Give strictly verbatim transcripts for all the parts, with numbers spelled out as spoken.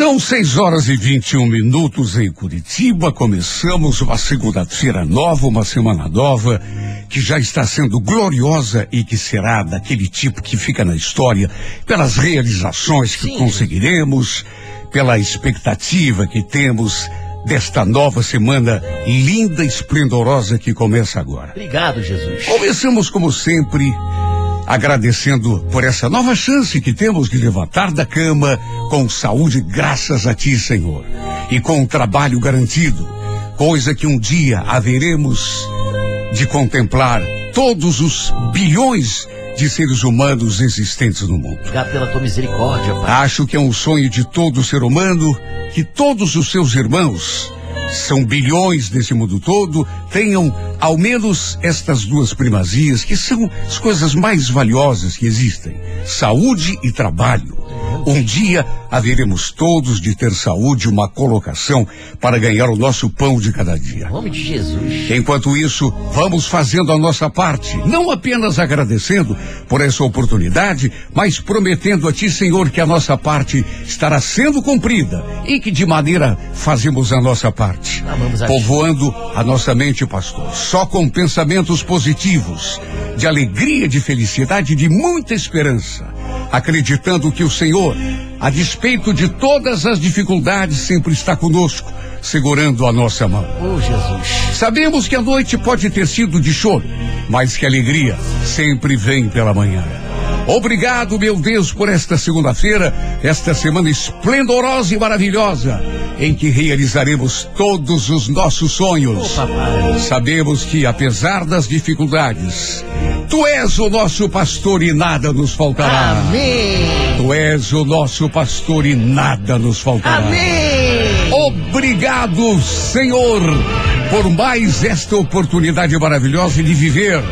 São seis horas e vinte e um minutos em Curitiba. Começamos uma segunda-feira nova, uma semana nova, que já está sendo gloriosa e que será daquele tipo que fica na história pelas realizações que Sim. conseguiremos, pela expectativa que temos desta nova semana linda e esplendorosa que começa agora. Obrigado, Jesus. Começamos, como sempre, agradecendo por essa nova chance que temos de levantar da cama com saúde, graças a Ti, Senhor, e com um trabalho garantido, coisa que um dia haveremos de contemplar todos os bilhões de seres humanos existentes no mundo. Obrigado pela Tua misericórdia, Pai. Acho que é um sonho de todo ser humano que todos os seus irmãos, são bilhões desse mundo todo, tenham ao menos estas duas primazias, que são as coisas mais valiosas que existem: saúde e trabalho. Um dia haveremos todos de ter saúde, uma colocação para ganhar o nosso pão de cada dia. Em nome de Jesus. Enquanto isso, vamos fazendo a nossa parte, não apenas agradecendo por essa oportunidade, mas prometendo a Ti, Senhor, que a nossa parte estará sendo cumprida e que de maneira fazemos a nossa parte. A povoando a nossa mente, pastor, só com pensamentos positivos, de alegria, de felicidade, de muita esperança, acreditando que o Senhor, a despeito de todas as dificuldades, sempre está conosco, segurando a nossa mão. Oh, Jesus. Sabemos que a noite pode ter sido de choro, mas que a alegria sempre vem pela manhã. Obrigado, meu Deus, por esta segunda-feira, esta semana esplendorosa e maravilhosa, em que realizaremos todos os nossos sonhos. Oh, papai. Sabemos que, apesar das dificuldades, Tu és o nosso pastor e nada nos faltará. Amém. Tu és o nosso pastor e nada nos faltará. Amém. Obrigado, Senhor, por mais esta oportunidade maravilhosa de viver.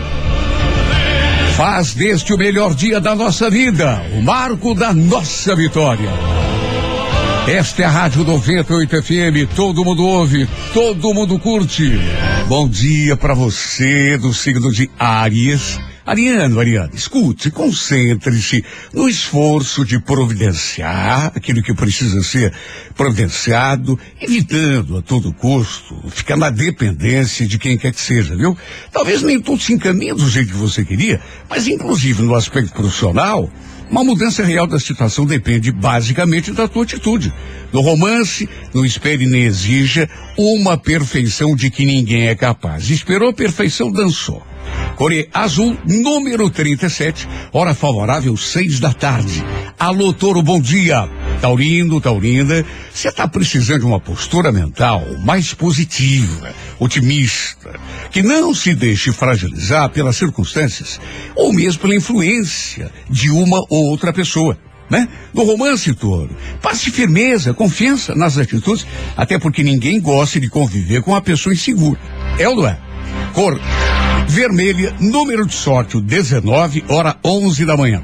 Faz deste o melhor dia da nossa vida, o marco da nossa vitória. Esta é a Rádio noventa e oito F M, todo mundo ouve, todo mundo curte. Bom dia para você do signo de Áries. Ariano, Ariana, escute, concentre-se no esforço de providenciar aquilo que precisa ser providenciado, evitando a todo custo ficar na dependência de quem quer que seja, viu? Talvez nem tudo se encaminhe do jeito que você queria, mas inclusive no aspecto profissional, uma mudança real da situação depende basicamente da tua atitude. No romance, não espere nem exija uma perfeição de que ninguém é capaz. Esperou a perfeição, dançou. Cor azul, número trinta e sete, hora favorável, seis da tarde. Alô, Touro, bom dia. Taurino, Taurina, você está precisando de uma postura mental mais positiva, otimista, que não se deixe fragilizar pelas circunstâncias ou mesmo pela influência de uma ou outra pessoa, né? No romance, Touro, passe firmeza, confiança nas atitudes, até porque ninguém gosta de conviver com uma pessoa insegura. É ou não é? Cor vermelha, número de sorte, o dezenove, hora onze da manhã.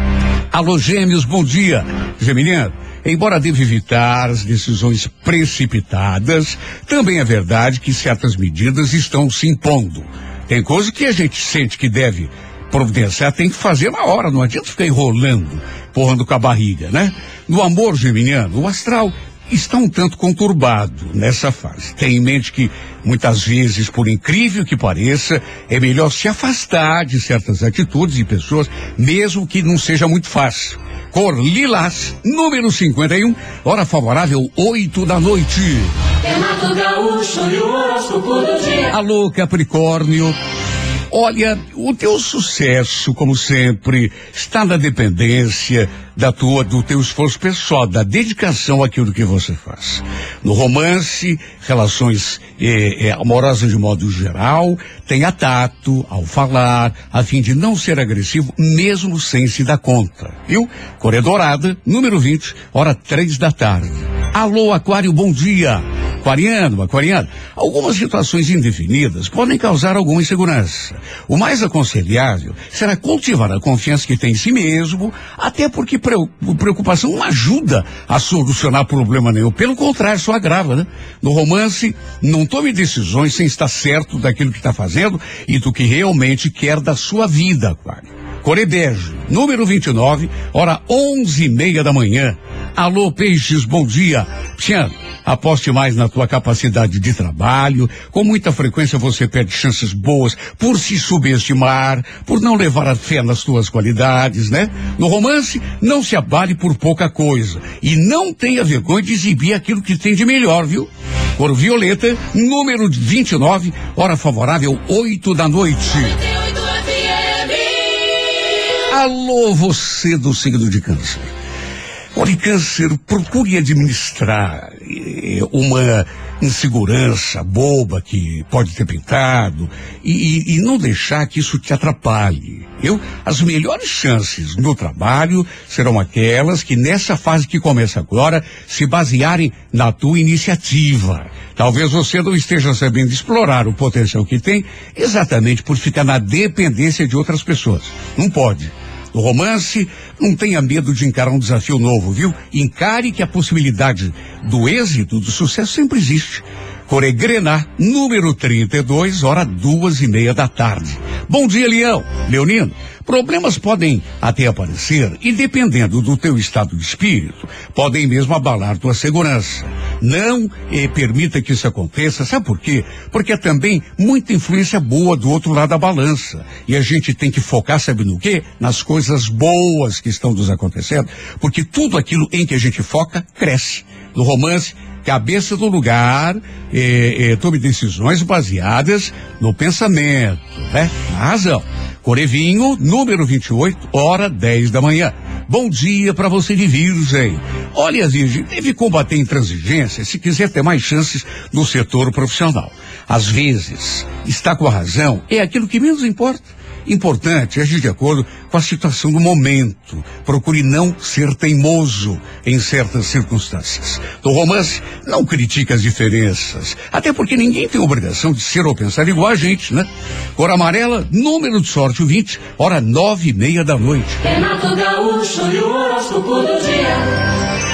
Alô, Gêmeos, bom dia. Geminiano, embora deva evitar as decisões precipitadas, também é verdade que certas medidas estão se impondo. Tem coisa que a gente sente que deve providenciar, tem que fazer na hora, não adianta ficar enrolando, empurrando com a barriga, né? No amor, Geminiano, o astral está um tanto conturbado nessa fase. Tenha em mente que, muitas vezes, por incrível que pareça, é melhor se afastar de certas atitudes e pessoas, mesmo que não seja muito fácil. Cor lilás, número cinquenta e um, hora favorável, oito da noite. Renato Gaúcho e o horóscopo do dia. Alô, Capricórnio. Olha, o teu sucesso, como sempre, está na dependência da tua, do teu esforço pessoal, da dedicação àquilo que você faz. No romance, relações eh, eh, amorosas de modo geral, tenha tato ao falar, a fim de não ser agressivo, mesmo sem se dar conta, viu? Cor dourada, número vinte, hora três da tarde. Alô, Aquário, bom dia. Aquariano, aquariano, algumas situações indefinidas podem causar alguma insegurança. O mais aconselhável será cultivar a confiança que tem em si mesmo, até porque preocupação não ajuda a solucionar problema nenhum. Pelo contrário, só agrava, né? No romance, não tome decisões sem estar certo daquilo que está fazendo e do que realmente quer da sua vida, Aquário. Cor bege, número vinte e nove, hora onze e meia da manhã. Alô, Peixes, bom dia. Tchan, aposte mais na tua capacidade de trabalho. Com muita frequência você perde chances boas por se subestimar, por não levar a fé nas tuas qualidades, né? No romance, não se abale por pouca coisa. E não tenha vergonha de exibir aquilo que tem de melhor, viu? Cor violeta, número vinte e nove, hora favorável, oito da noite. Alô, você do signo de Câncer. Olha, Câncer, procure administrar eh, uma insegurança boba que pode ter pintado e, e, e não deixar que isso te atrapalhe. Eu, as melhores chances no trabalho serão aquelas que nessa fase que começa agora se basearem na tua iniciativa. Talvez você não esteja sabendo explorar o potencial que tem exatamente por ficar na dependência de outras pessoas. Não pode. No romance, não tenha medo de encarar um desafio novo, viu? Encare que a possibilidade do êxito, do sucesso sempre existe. Coregrená, número trinta e dois, hora duas e meia da tarde. Bom dia, Leão. Leonino, problemas podem até aparecer e, dependendo do teu estado de espírito, podem mesmo abalar tua segurança. Não eh, permita que isso aconteça, sabe por quê? Porque é também muita influência boa do outro lado da balança. E a gente tem que focar, sabe no quê? Nas coisas boas que estão nos acontecendo, porque tudo aquilo em que a gente foca, cresce. No romance, cabeça do lugar, eh, eh, tome decisões baseadas no pensamento, né? Na razão. Corevinho, número vinte e oito, hora dez da manhã. Bom dia para você de Virgem. Olha, Virgem, deve combater intransigência se quiser ter mais chances no setor profissional. Às vezes, está com a razão, é aquilo que menos importa. Importante agir de acordo com a situação do momento. Procure não ser teimoso em certas circunstâncias. No romance, não critique as diferenças. Até porque ninguém tem obrigação de ser ou pensar igual a gente, né? Cor amarela, número de sorte, o vinte, hora nove e meia da noite. Renato Gaúcho e o horóscopo do dia.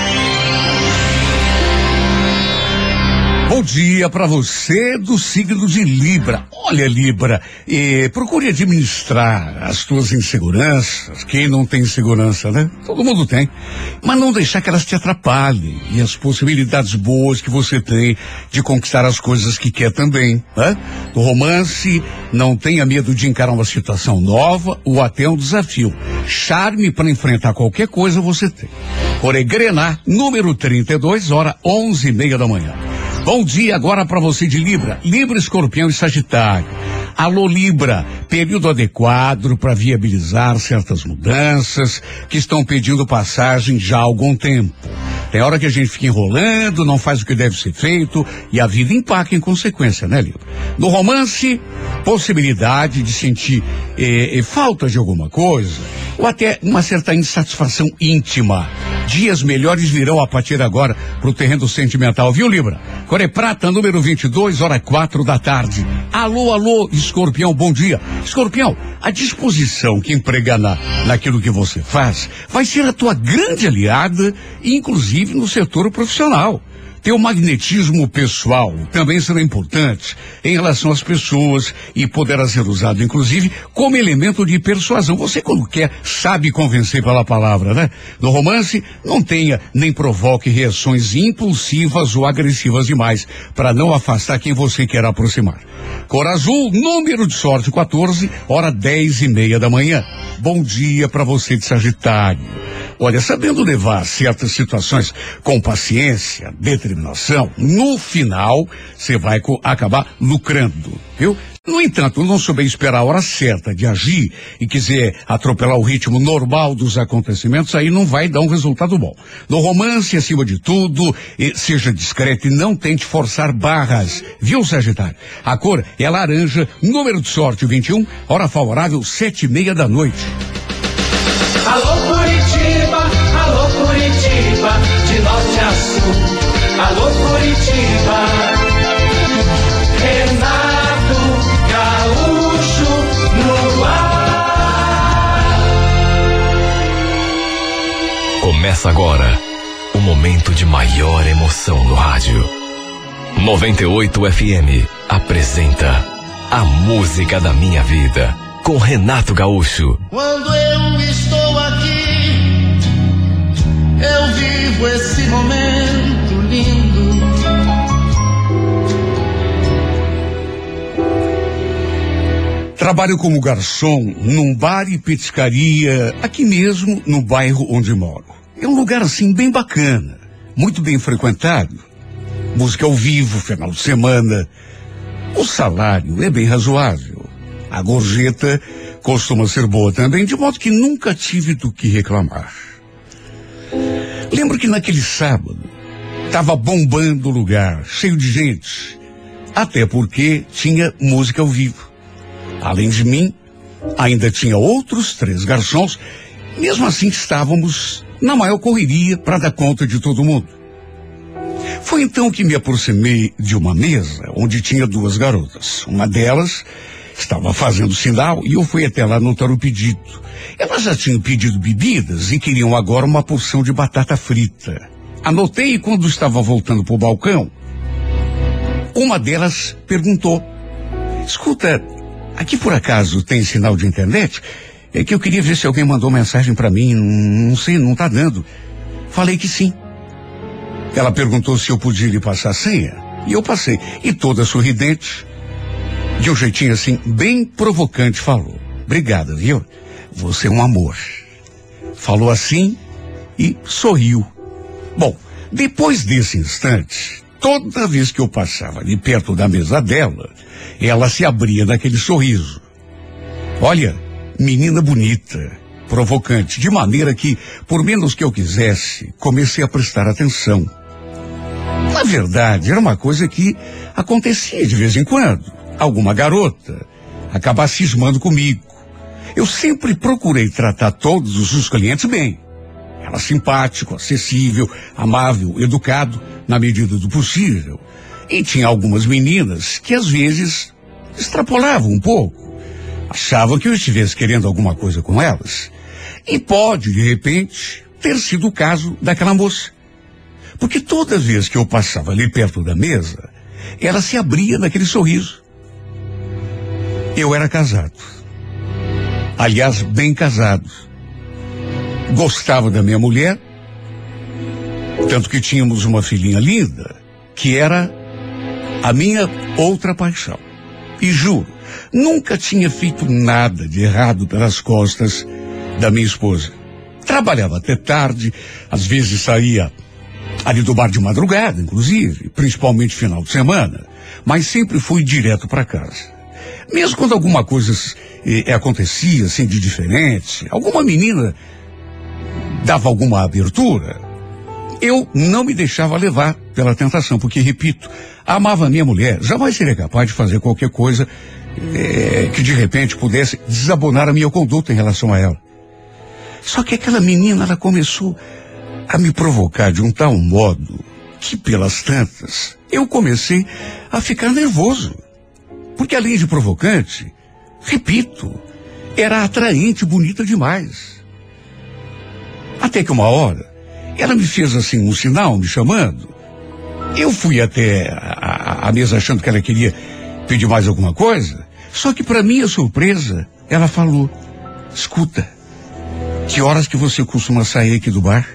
Bom dia para você do signo de Libra. Olha, Libra, eh, procure administrar as tuas inseguranças. Quem não tem segurança, né? Todo mundo tem. Mas não deixar que elas te atrapalhem. E as possibilidades boas que você tem de conquistar as coisas que quer também, né? No romance, não tenha medo de encarar uma situação nova ou até um desafio. Charme para enfrentar qualquer coisa você tem. Coregrená, número trinta e dois, hora onze e meia da manhã. Bom dia agora para você de Libra, Libra, Escorpião e Sagitário. Alô, Libra, período adequado para viabilizar certas mudanças que estão pedindo passagem já há algum tempo. Tem hora que a gente fica enrolando, não faz o que deve ser feito e a vida empaca em consequência, né, Libra? No romance, possibilidade de sentir eh, eh, falta de alguma coisa ou até uma certa insatisfação íntima. Dias melhores virão a partir de agora para o terreno sentimental, viu, Libra? Core Prata, número vinte e dois, hora quatro da tarde. Alô, alô, Escorpião, bom dia. Escorpião, a disposição que emprega na, naquilo que você faz vai ser a tua grande aliada, inclusive no setor profissional. Teu magnetismo pessoal também será importante em relação às pessoas e poderá ser usado, inclusive, como elemento de persuasão. Você, quando quer, sabe convencer pela palavra, né? No romance, não tenha nem provoque reações impulsivas ou agressivas demais, para não afastar quem você quer aproximar. Cor azul, número de sorte quatorze, hora dez e meia da manhã. Bom dia para você de Sagitário. Olha, sabendo levar certas situações com paciência, determinação, no final, você vai co- acabar lucrando, viu? No entanto, não souber esperar a hora certa de agir e quiser atropelar o ritmo normal dos acontecimentos, aí não vai dar um resultado bom. No romance, acima de tudo, eh, seja discreto e não tente forçar barras, viu, Sagitário? A cor é laranja, número de sorte vinte e um, hora favorável sete e meia da noite. Alô, Curitiba, alô, Curitiba, de norte a sul. Alô, Curitiba, Renato Gaúcho no ar. Começa agora o momento de maior emoção no rádio. noventa e oito F M apresenta A Música da Minha Vida, com Renato Gaúcho. Quando eu estou aqui, eu vivo esse momento lindo. Trabalho como garçom num bar e petiscaria aqui mesmo no bairro onde moro. É um lugar assim bem bacana, muito bem frequentado. Música ao vivo, final de semana. O salário é bem razoável. A gorjeta costuma ser boa também, de modo que nunca tive do que reclamar. Lembro que naquele sábado estava bombando o lugar, cheio de gente. Até porque tinha música ao vivo. Além de mim, ainda tinha outros três garçons. Mesmo assim, estávamos na maior correria para dar conta de todo mundo. Foi então que me aproximei de uma mesa onde tinha duas garotas. Uma delas estava fazendo sinal e eu fui até lá anotar o pedido. Elas já tinham pedido bebidas e queriam agora uma porção de batata frita. Anotei e quando estava voltando para o balcão, uma delas perguntou: escuta, aqui por acaso tem sinal de internet? É que eu queria ver se alguém mandou mensagem para mim, não, não sei, não tá dando. Falei que sim. Ela perguntou se eu podia lhe passar a senha, e eu passei. E toda sorridente, de um jeitinho assim, bem provocante, falou: obrigada, viu? Você é um amor. Falou assim e sorriu. Bom, depois desse instante, toda vez que eu passava ali perto da mesa dela, ela se abria naquele sorriso. Olha, menina bonita, provocante, de maneira que, por menos que eu quisesse, comecei a prestar atenção. Na verdade, era uma coisa que acontecia de vez em quando. Alguma garota acabar cismando comigo. Eu sempre procurei tratar todos os clientes bem. Era simpático, acessível, amável, educado, na medida do possível. E tinha algumas meninas que às vezes extrapolavam um pouco. Achavam que eu estivesse querendo alguma coisa com elas. E pode, de repente, ter sido o caso daquela moça. Porque toda vez que eu passava ali perto da mesa, ela se abria naquele sorriso. Eu era casado. Aliás, bem casado. Gostava da minha mulher, tanto que tínhamos uma filhinha linda, que era a minha outra paixão. E juro, nunca tinha feito nada de errado pelas costas da minha esposa. Trabalhava até tarde, às vezes saía ali do bar de madrugada, inclusive, principalmente final de semana, mas sempre fui direto para casa. Mesmo quando alguma coisa eh, acontecia, assim, de diferente, alguma menina dava alguma abertura, eu não me deixava levar pela tentação, porque, repito, amava a minha mulher, jamais seria capaz de fazer qualquer coisa eh, que de repente pudesse desabonar a minha conduta em relação a ela. Só que aquela menina, ela começou a me provocar de um tal modo que, pelas tantas, eu comecei a ficar nervoso. Porque além de provocante, repito, era atraente e bonita demais. Até que uma hora, ela me fez assim um sinal, me chamando. Eu fui até a, a, a mesa achando que ela queria pedir mais alguma coisa. Só que para minha surpresa, ela falou: escuta, que horas que você costuma sair aqui do bar?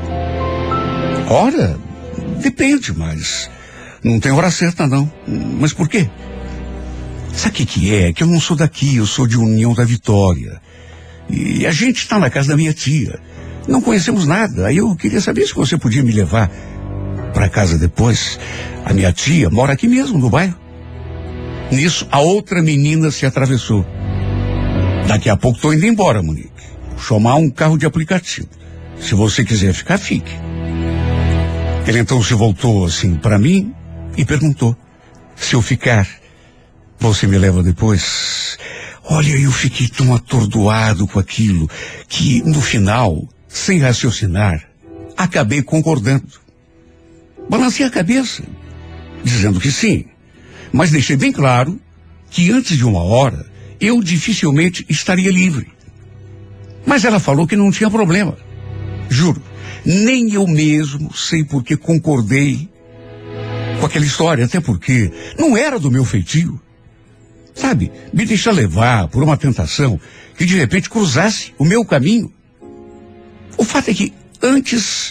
Hora? Depende, mas não tem hora certa não. Mas por quê? Sabe o que que é? Que eu não sou daqui, eu sou de União da Vitória. E a gente está na casa da minha tia. Não conhecemos nada. Aí eu queria saber se você podia me levar para casa depois. A minha tia mora aqui mesmo, no bairro. Nisso, a outra menina se atravessou. Daqui a pouco estou indo embora, Monique. Vou chamar um carro de aplicativo. Se você quiser ficar, fique. Ele então se voltou assim para mim e perguntou: se eu ficar, você me leva depois? Olha, eu fiquei tão atordoado com aquilo que, no final, sem raciocinar, acabei concordando. Balancei a cabeça, dizendo que sim, mas deixei bem claro que antes de uma hora eu dificilmente estaria livre. Mas ela falou que não tinha problema. Juro, nem eu mesmo sei por que concordei com aquela história, até porque não era do meu feitio. Sabe, me deixar levar por uma tentação que de repente cruzasse o meu caminho. O fato é que, antes,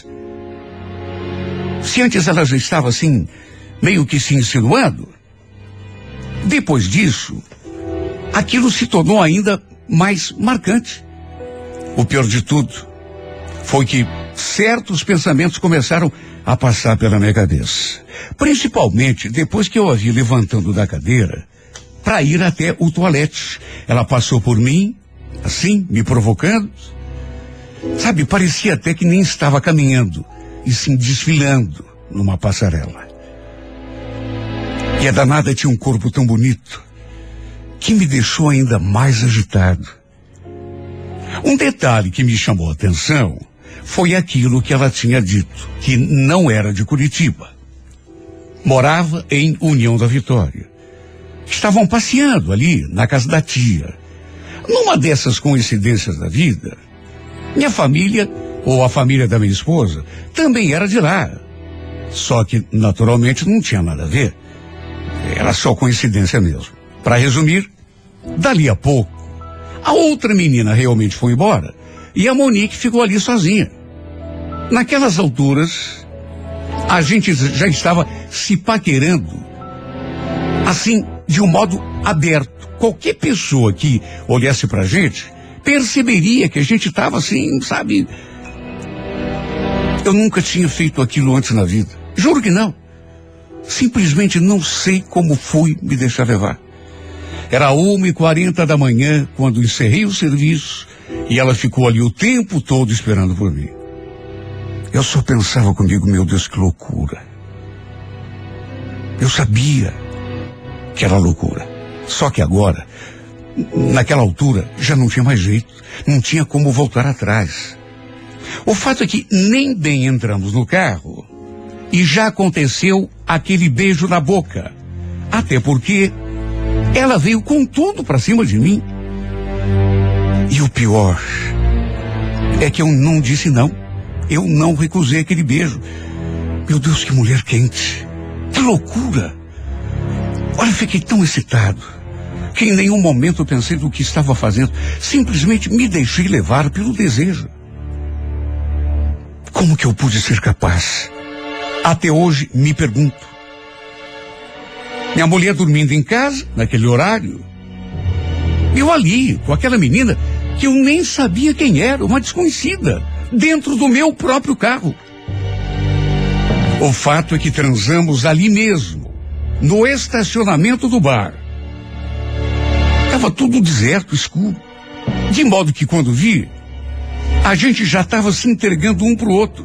se antes ela já estava assim, meio que se insinuando, depois disso, aquilo se tornou ainda mais marcante. O pior de tudo foi que certos pensamentos começaram a passar pela minha cabeça. Principalmente depois que eu a vi levantando da cadeira para ir até o toalete. Ela passou por mim, assim, me provocando. Sabe, parecia até que nem estava caminhando, e sim desfilando numa passarela. E a danada tinha um corpo tão bonito que me deixou ainda mais agitado. Um detalhe que me chamou a atenção foi aquilo que ela tinha dito, que não era de Curitiba. Morava em União da Vitória. Estavam passeando ali na casa da tia. Numa dessas coincidências da vida, minha família, ou a família da minha esposa, também era de lá. Só que, naturalmente, não tinha nada a ver. Era só coincidência mesmo. Para resumir, dali a pouco, a outra menina realmente foi embora e a Monique ficou ali sozinha. Naquelas alturas, a gente já estava se paquerando, assim, de um modo aberto. Qualquer pessoa que olhasse pra gente perceberia que a gente estava assim, sabe? Eu nunca tinha feito aquilo antes na vida. Juro que não. Simplesmente não sei como fui me deixar levar. Era uma e quarenta da manhã quando encerrei o serviço e ela ficou ali o tempo todo esperando por mim. Eu só pensava comigo, meu Deus, que loucura. Eu sabia que era loucura. Só que agora, naquela altura, já não tinha mais jeito. Não tinha como voltar atrás. O fato é que nem bem entramos no carro e já aconteceu aquele beijo na boca. Até porque ela veio com tudo pra cima de mim. E o pior é que eu não disse não. Eu não recusei aquele beijo. Meu Deus, que mulher quente. Que loucura. Olha, fiquei tão excitado que em nenhum momento eu pensei no que estava fazendo. Simplesmente me deixei levar pelo desejo. Como que eu pude ser capaz? Até hoje me pergunto. Minha mulher dormindo em casa, naquele horário. Eu ali, com aquela menina que eu nem sabia quem era, uma desconhecida, dentro do meu próprio carro. O fato é que transamos ali mesmo, no estacionamento do bar. Estava tudo deserto, escuro. De modo que quando vi, a gente já estava se entregando um pro outro.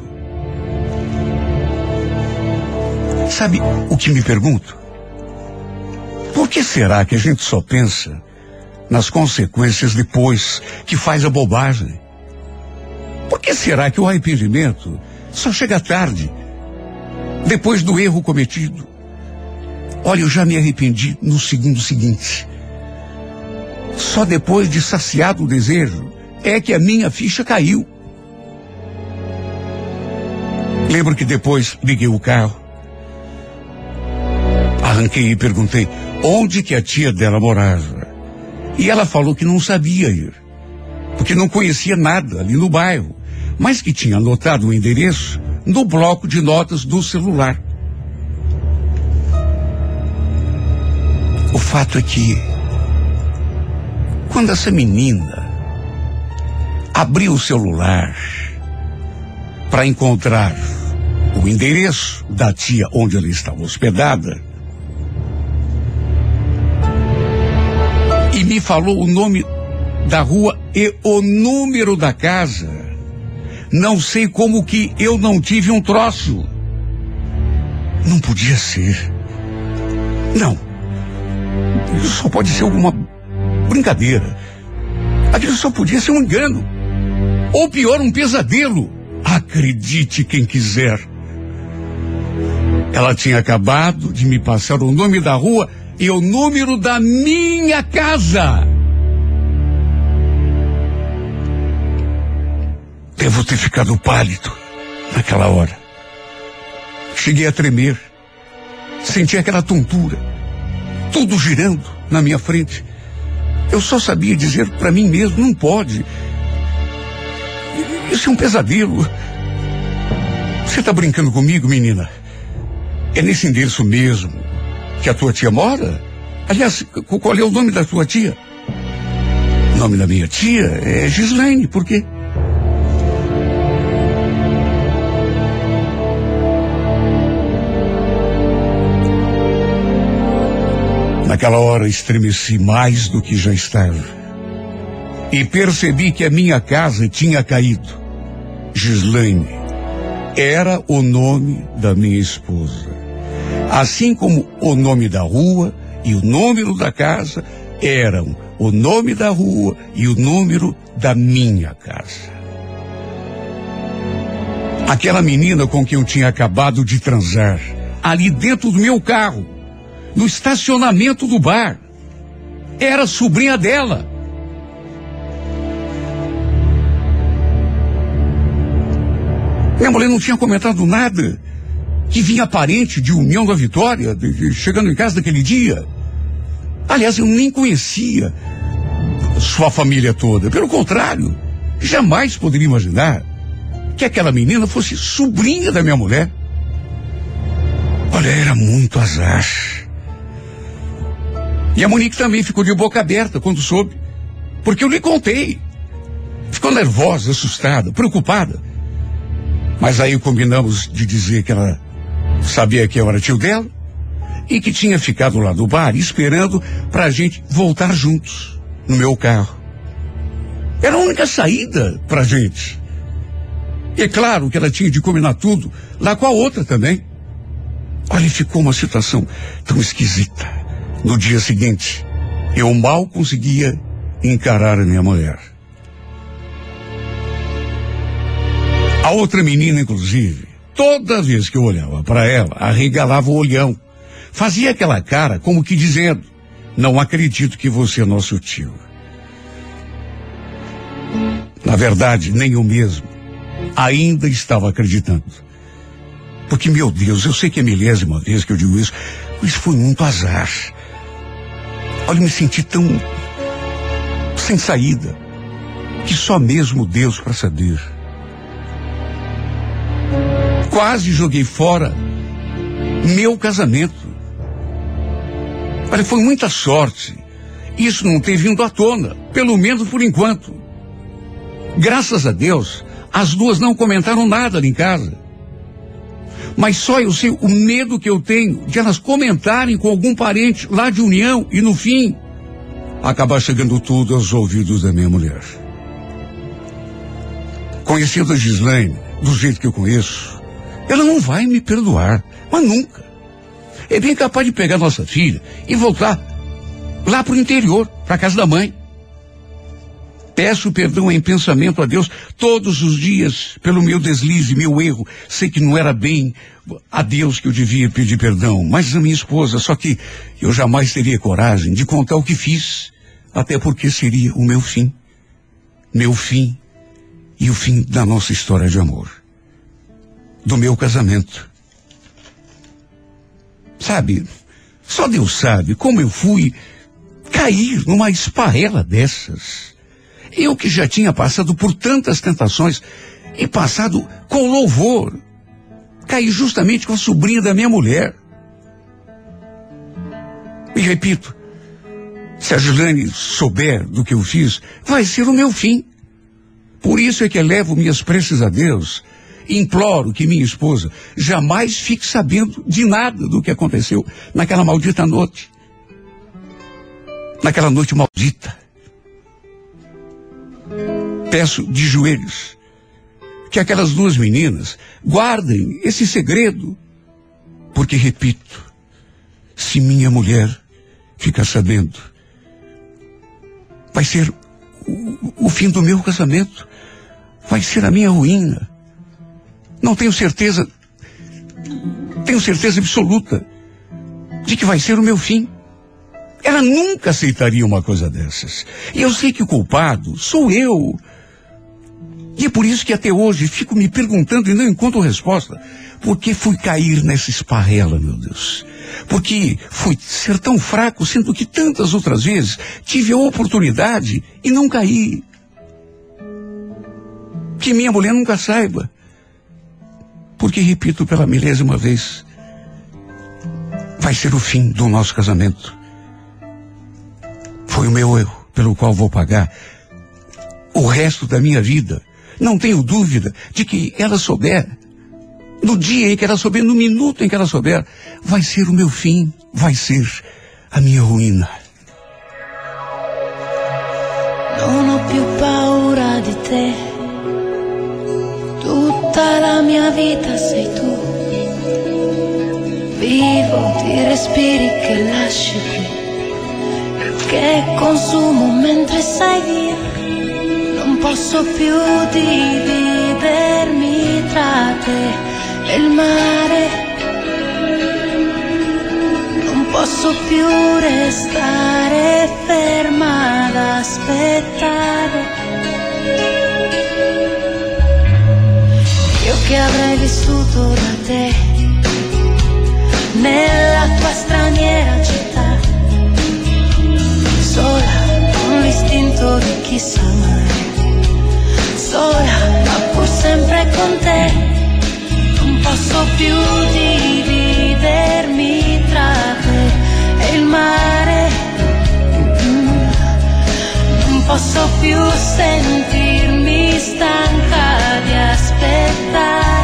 Sabe o que me pergunto? Por que será que a gente só pensa nas consequências depois que faz a bobagem? Por que será que o arrependimento só chega tarde, depois do erro cometido? Olha, eu já me arrependi no segundo seguinte. Só depois de saciado o desejo é que a minha ficha caiu. Lembro que depois liguei o carro, arranquei e perguntei onde que a tia dela morava. E ela falou que não sabia ir, porque não conhecia nada ali no bairro, mas que tinha anotado o endereço no bloco de notas do celular. O fato é que, quando essa menina abriu o celular para encontrar o endereço da tia onde ela estava hospedada, e me falou o nome da rua e o número da casa, não sei como que eu não tive um troço. Não podia ser. Não. Isso só pode ser alguma brincadeira. Aquilo só podia ser um engano. Ou pior, um pesadelo. Acredite quem quiser. Ela tinha acabado de me passar o nome da rua e o número da minha casa. Devo ter ficado pálido naquela hora. Cheguei a tremer. Senti aquela tontura. Tudo girando na minha frente. Eu só sabia dizer para mim mesmo, não pode. Isso é um pesadelo. Você está brincando comigo, menina? É nesse endereço mesmo que a tua tia mora? Aliás, qual é o nome da tua tia? O nome da minha tia é Gislaine, por quê? Naquela hora estremeci mais do que já estava e percebi que a minha casa tinha caído. Gislaine era o nome da minha esposa, assim como o nome da rua e o número da casa eram o nome da rua e o número da minha casa. Aquela menina com quem eu tinha acabado de transar, ali dentro do meu carro, no estacionamento do bar, era sobrinha dela. Minha mulher não tinha comentado nada que vinha aparente de União da Vitória, de, de, chegando em casa daquele dia. Aliás, eu nem conhecia sua família toda. Pelo contrário, jamais poderia imaginar que aquela menina fosse sobrinha da minha mulher. Olha, era muito azar. E a Monique também ficou de boca aberta quando soube, porque eu lhe contei. Ficou nervosa, assustada, preocupada. Mas aí combinamos de dizer que ela sabia que eu era tio dela e que tinha ficado lá no bar esperando pra gente voltar juntos, no meu carro. Era a única saída pra gente. E é claro que ela tinha de combinar tudo lá com a outra também. Olha, ficou uma situação tão esquisita. No dia seguinte, eu mal conseguia encarar a minha mulher. A outra menina, inclusive, toda vez que eu olhava para ela, arregalava o olhão. Fazia aquela cara como que dizendo: não acredito que você é nosso tio. Na verdade, nem eu mesmo ainda estava acreditando. Porque, meu Deus, eu sei que é a milésima vez que eu digo isso, mas foi muito azar. Olha, eu me senti tão sem saída, que só mesmo Deus para saber. Quase joguei fora meu casamento. Olha, foi muita sorte isso não ter vindo à tona, pelo menos por enquanto. Graças a Deus, as duas não comentaram nada ali em casa. Mas só eu sei o medo que eu tenho de elas comentarem com algum parente lá de União e, no fim, acabar chegando tudo aos ouvidos da minha mulher. Conhecendo a Gislaine do jeito que eu conheço, ela não vai me perdoar, mas nunca. É bem capaz de pegar nossa filha e voltar lá pro interior, pra casa da mãe. Peço perdão em pensamento a Deus todos os dias pelo meu deslize, meu erro. Sei que não era bem a Deus que eu devia pedir perdão, mas a minha esposa, só que eu jamais teria coragem de contar o que fiz, até porque seria o meu fim. Meu fim e o fim da nossa história de amor. Do meu casamento. Sabe, só Deus sabe como eu fui cair numa esparrela dessas. Eu que já tinha passado por tantas tentações e passado com louvor, caí justamente com a sobrinha da minha mulher. E repito, se a Gislaine souber do que eu fiz, vai ser o meu fim. Por isso é que elevo minhas preces a Deus e imploro que minha esposa jamais fique sabendo de nada do que aconteceu naquela maldita noite. Naquela noite maldita. Peço de joelhos que aquelas duas meninas guardem esse segredo, porque, repito, se minha mulher ficar sabendo, vai ser o, o fim do meu casamento, vai ser a minha ruína. Não tenho certeza, tenho certeza absoluta de que vai ser o meu fim. Ela nunca aceitaria uma coisa dessas. E eu sei que o culpado sou eu. E é por isso que até hoje fico me perguntando e não encontro resposta. Por que fui cair nessa esparrela, meu Deus? Porque fui ser tão fraco, sendo que tantas outras vezes tive a oportunidade e não caí. Que minha mulher nunca saiba. Porque, repito pela milésima vez, vai ser o fim do nosso casamento. Foi o meu erro, pelo qual vou pagar o resto da minha vida. Não tenho dúvida de que ela souber, no dia em que ela souber, no minuto em que ela souber, vai ser o meu fim, vai ser a minha ruína. Non ho più paura di te, tutta la mia vita sei tu, vivo di respiri che lasci qui, che consumo mentre sei via, non posso più dividermi tra te e il mare, non posso più restare ferma ad aspettare. Io che avrei vissuto da te nella tua straniera città, sola con l'istinto di chi sa amare, sola ma pur sempre con te, non posso più dividermi tra te e il mare, non posso più sentirmi stanca di aspettare.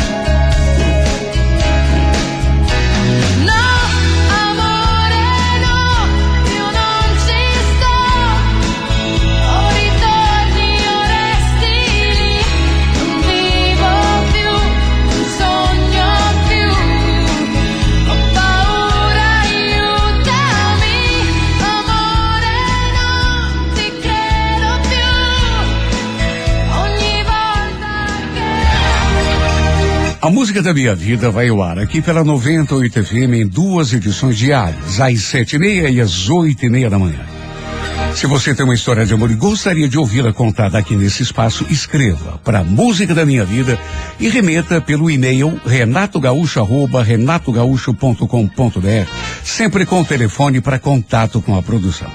A música da minha vida vai ao ar aqui pela noventa e oito F M em duas edições diárias, às sete e meia e às oito e meia da manhã. Se você tem uma história de amor e gostaria de ouvi-la contada aqui nesse espaço, escreva para a Música da Minha Vida e remeta pelo e-mail renatogaúcho arroba renatogaúcho ponto com ponto br, sempre com o telefone para contato com a produção.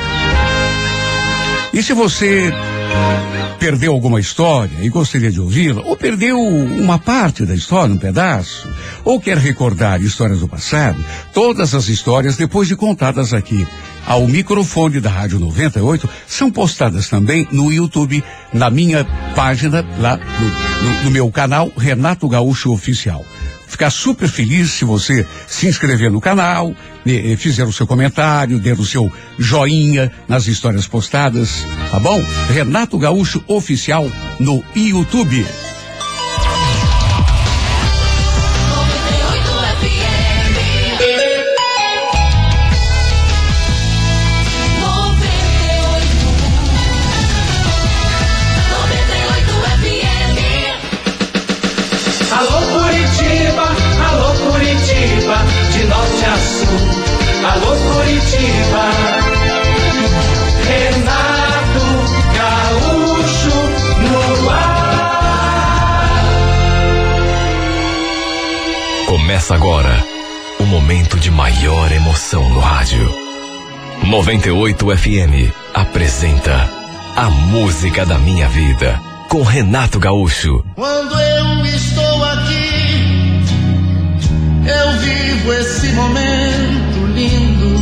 E se você perdeu alguma história e gostaria de ouvi-la, ou perdeu uma parte da história, um pedaço, ou quer recordar histórias do passado, todas as histórias, depois de contadas aqui ao microfone da Rádio noventa e oito, são postadas também no YouTube, na minha página, lá no, no, no meu canal Renato Gaúcho Oficial. Ficar super feliz se você se inscrever no canal, e, e fizer o seu comentário, der o seu joinha nas histórias postadas, tá bom? Renato Gaúcho Oficial no YouTube. De norte a sul, alô Curitiba, Renato Gaúcho no ar. Começa agora o momento de maior emoção no rádio. noventa e oito F M apresenta A Música da Minha Vida com Renato Gaúcho. Quando eu estou aqui, eu vivo esse momento lindo.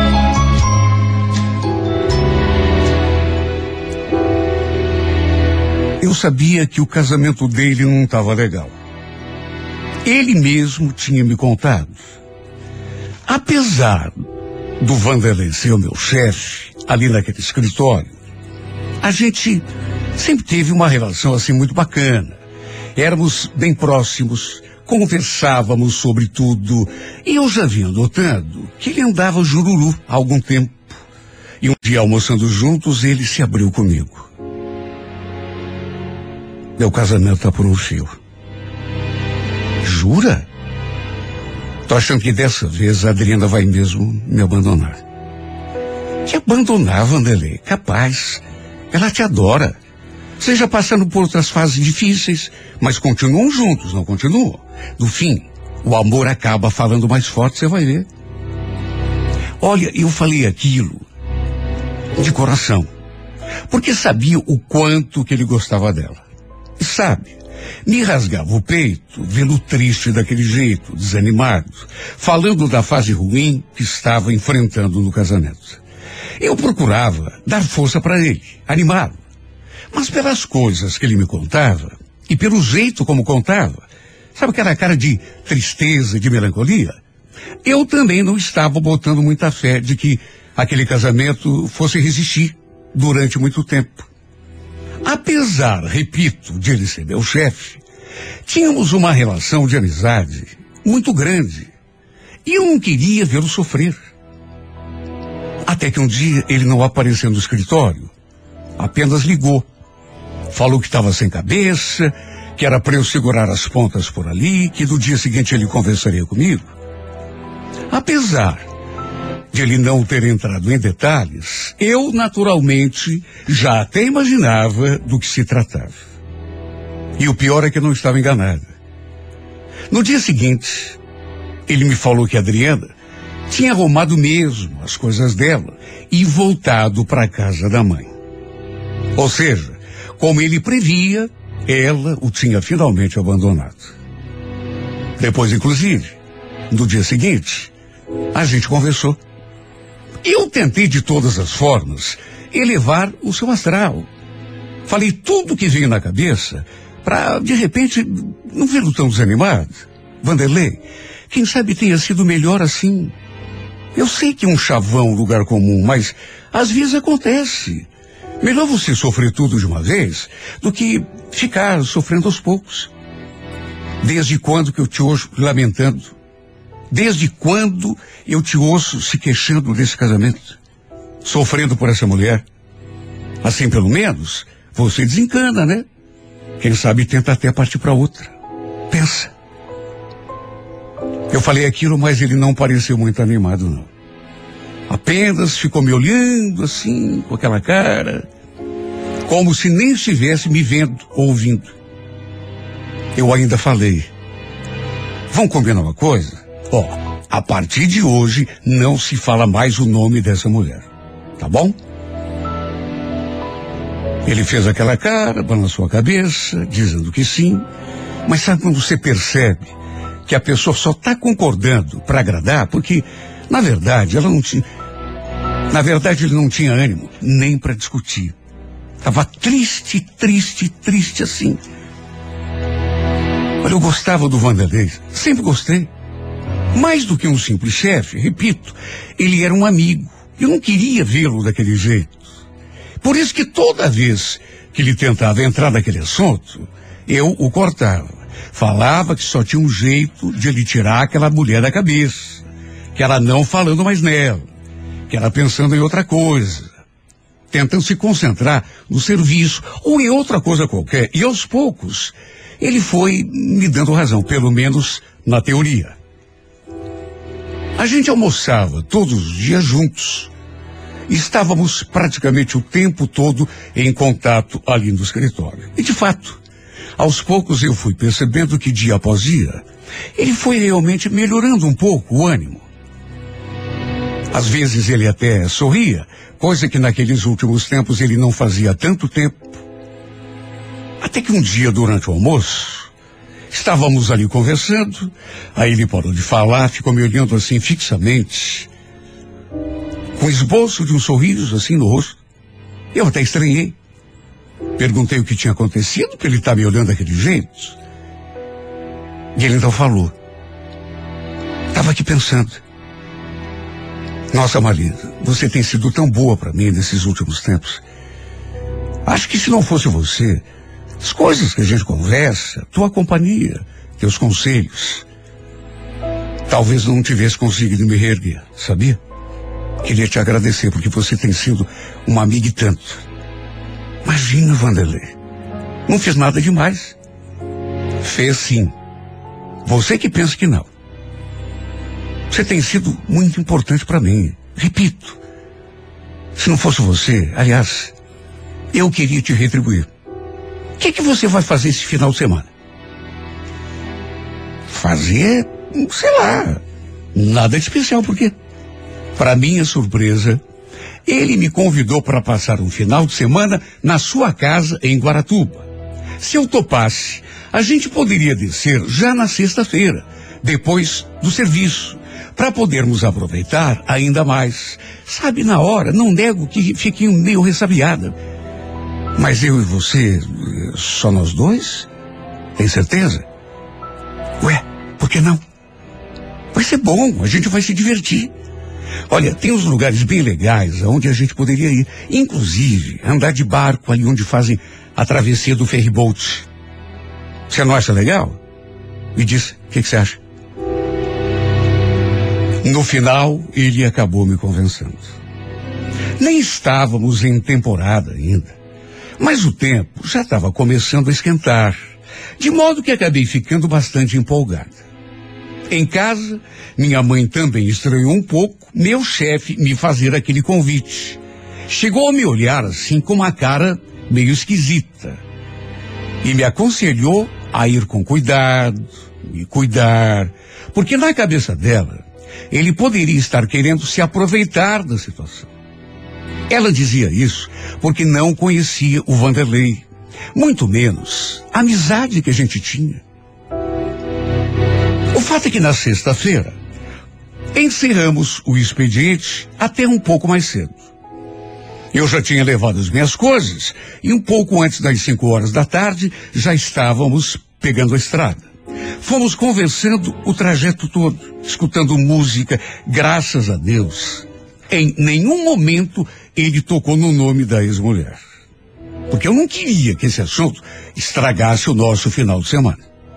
Eu sabia que o casamento dele não estava legal. Ele mesmo tinha me contado. Apesar do Vanderlei ser o meu chefe, ali naquele escritório, a gente sempre teve uma relação assim muito bacana. Éramos bem próximos, conversávamos sobre tudo, e eu já vinha notando que ele andava jururu há algum tempo. E um dia, almoçando juntos, ele se abriu comigo. Meu casamento tá por um fio. Jura? Tô achando que dessa vez a Adriana vai mesmo me abandonar. Te abandonar, Vanderlei? Capaz. Ela te adora. Vocês já passando por outras fases difíceis, mas continuam juntos, não continuam? No fim, o amor acaba falando mais forte, você vai ver. Olha, eu falei aquilo de coração, porque sabia o quanto que ele gostava dela. E sabe, Me rasgava o peito, vê-lo triste daquele jeito, desanimado, falando da fase ruim que estava enfrentando no casamento. Eu procurava dar força para ele, animá-lo. Mas pelas coisas que ele me contava, e pelo jeito como contava, sabe aquela cara de tristeza, de melancolia? Eu também não estava botando muita fé de que aquele casamento fosse resistir durante muito tempo. Apesar, repito, de ele ser meu chefe, tínhamos uma relação de amizade muito grande. E eu não queria vê-lo sofrer. Até que um dia ele não apareceu no escritório. Apenas ligou. Falou que estava sem cabeça, que era para eu segurar as pontas por ali, que no dia seguinte ele conversaria comigo. Apesar de ele não ter entrado em detalhes, eu naturalmente já até imaginava do que se tratava. E o pior é que eu não estava enganado. No dia seguinte, ele me falou que a Adriana tinha arrumado mesmo as coisas dela e voltado para a casa da mãe. Ou seja, como ele previa, ela o tinha finalmente abandonado. Depois, inclusive, no dia seguinte, a gente conversou. Eu tentei de todas as formas elevar o seu astral. Falei tudo que veio na cabeça para, de repente, não vê-lo tão desanimado. Vanderlei, quem sabe tenha sido melhor assim. Eu sei que um chavão é um lugar comum, mas às vezes acontece. Melhor você sofrer tudo de uma vez do que ficar sofrendo aos poucos. Desde quando que eu te ouço lamentando? Desde quando eu te ouço se queixando desse casamento? Sofrendo por essa mulher? Assim, pelo menos, você desencana, né? Quem sabe tenta até partir para outra. Pensa. Eu falei aquilo, mas ele não pareceu muito animado, não. Apenas ficou me olhando assim, com aquela cara, como se nem estivesse me vendo ou ouvindo. Eu ainda falei, vamos combinar uma coisa? Ó, a partir de hoje não se fala mais o nome dessa mulher, tá bom? Ele fez aquela cara, balançou a cabeça, dizendo que sim, mas sabe quando você percebe que a pessoa só está concordando para agradar, porque, na verdade, ela não tinha... Na verdade, ele não tinha ânimo nem para discutir. Estava triste, triste, triste assim. Olha, eu gostava do Vanderlei, sempre gostei. Mais do que um simples chefe, repito, ele era um amigo. Eu não queria vê-lo daquele jeito. Por isso que toda vez que ele tentava entrar naquele assunto, eu o cortava. Falava que só tinha um jeito de ele tirar aquela mulher da cabeça. Que era não falando mais nela. Que era pensando em outra coisa. Tentando se concentrar no serviço ou em outra coisa qualquer. E aos poucos, ele foi me dando razão, pelo menos na teoria. A gente almoçava todos os dias juntos. Estávamos praticamente o tempo todo em contato ali no escritório. E de fato, aos poucos eu fui percebendo que dia após dia, ele foi realmente melhorando um pouco o ânimo. Às vezes ele até sorria, coisa que naqueles últimos tempos ele não fazia há tanto tempo. Até que um dia, durante o almoço, estávamos ali conversando, aí ele parou de falar, ficou me olhando assim fixamente, com esboço de um sorriso assim no rosto. Eu até estranhei. Perguntei o que tinha acontecido, para ele estar me olhando daquele jeito. E ele então falou. Estava aqui pensando. Nossa, Marisa, você tem sido tão boa para mim nesses últimos tempos. Acho que se não fosse você, as coisas que a gente conversa, tua companhia, teus conselhos, talvez não tivesse conseguido me reerguer, sabia? Queria te agradecer porque você tem sido uma amiga e tanto. Imagina, Vanderlei, não fiz nada demais. Fez sim. Você que pensa que não. Você tem sido muito importante para mim. Repito, se não fosse você, aliás, eu queria te retribuir. O que, que você vai fazer esse final de semana? Fazer, sei lá, nada de especial, porque, para minha surpresa, ele me convidou para passar um final de semana na sua casa em Guaratuba. Se eu topasse, a gente poderia descer já na sexta-feira, depois do serviço, para podermos aproveitar ainda mais. Sabe, na hora, não nego que fiquei meio ressabiada. Mas eu e você, só nós dois? Tem certeza? Ué, por que não? Vai ser bom, a gente vai se divertir. Olha, tem uns lugares bem legais onde a gente poderia ir. Inclusive, andar de barco ali onde fazem a travessia do ferryboat. Você não acha legal? Me diz, o que, que você acha? No final, ele acabou me convencendo. Nem estávamos em temporada ainda, mas o tempo já estava começando a esquentar, de modo que acabei ficando bastante empolgada. Em casa, minha mãe também estranhou um pouco meu chefe me fazer aquele convite. Chegou a me olhar assim com uma cara meio esquisita e me aconselhou a ir com cuidado, me cuidar, porque na cabeça dela, ele poderia estar querendo se aproveitar da situação. Ela dizia isso porque não conhecia o Vanderlei, muito menos a amizade que a gente tinha. O fato é que na sexta-feira, encerramos o expediente até um pouco mais cedo. Eu já tinha levado as minhas coisas e um pouco antes das cinco horas da tarde já estávamos pegando a estrada. Fomos conversando o trajeto todo, escutando música, graças a Deus. Em nenhum momento ele tocou no nome da ex-mulher. Porque eu não queria que esse assunto estragasse o nosso final de semana.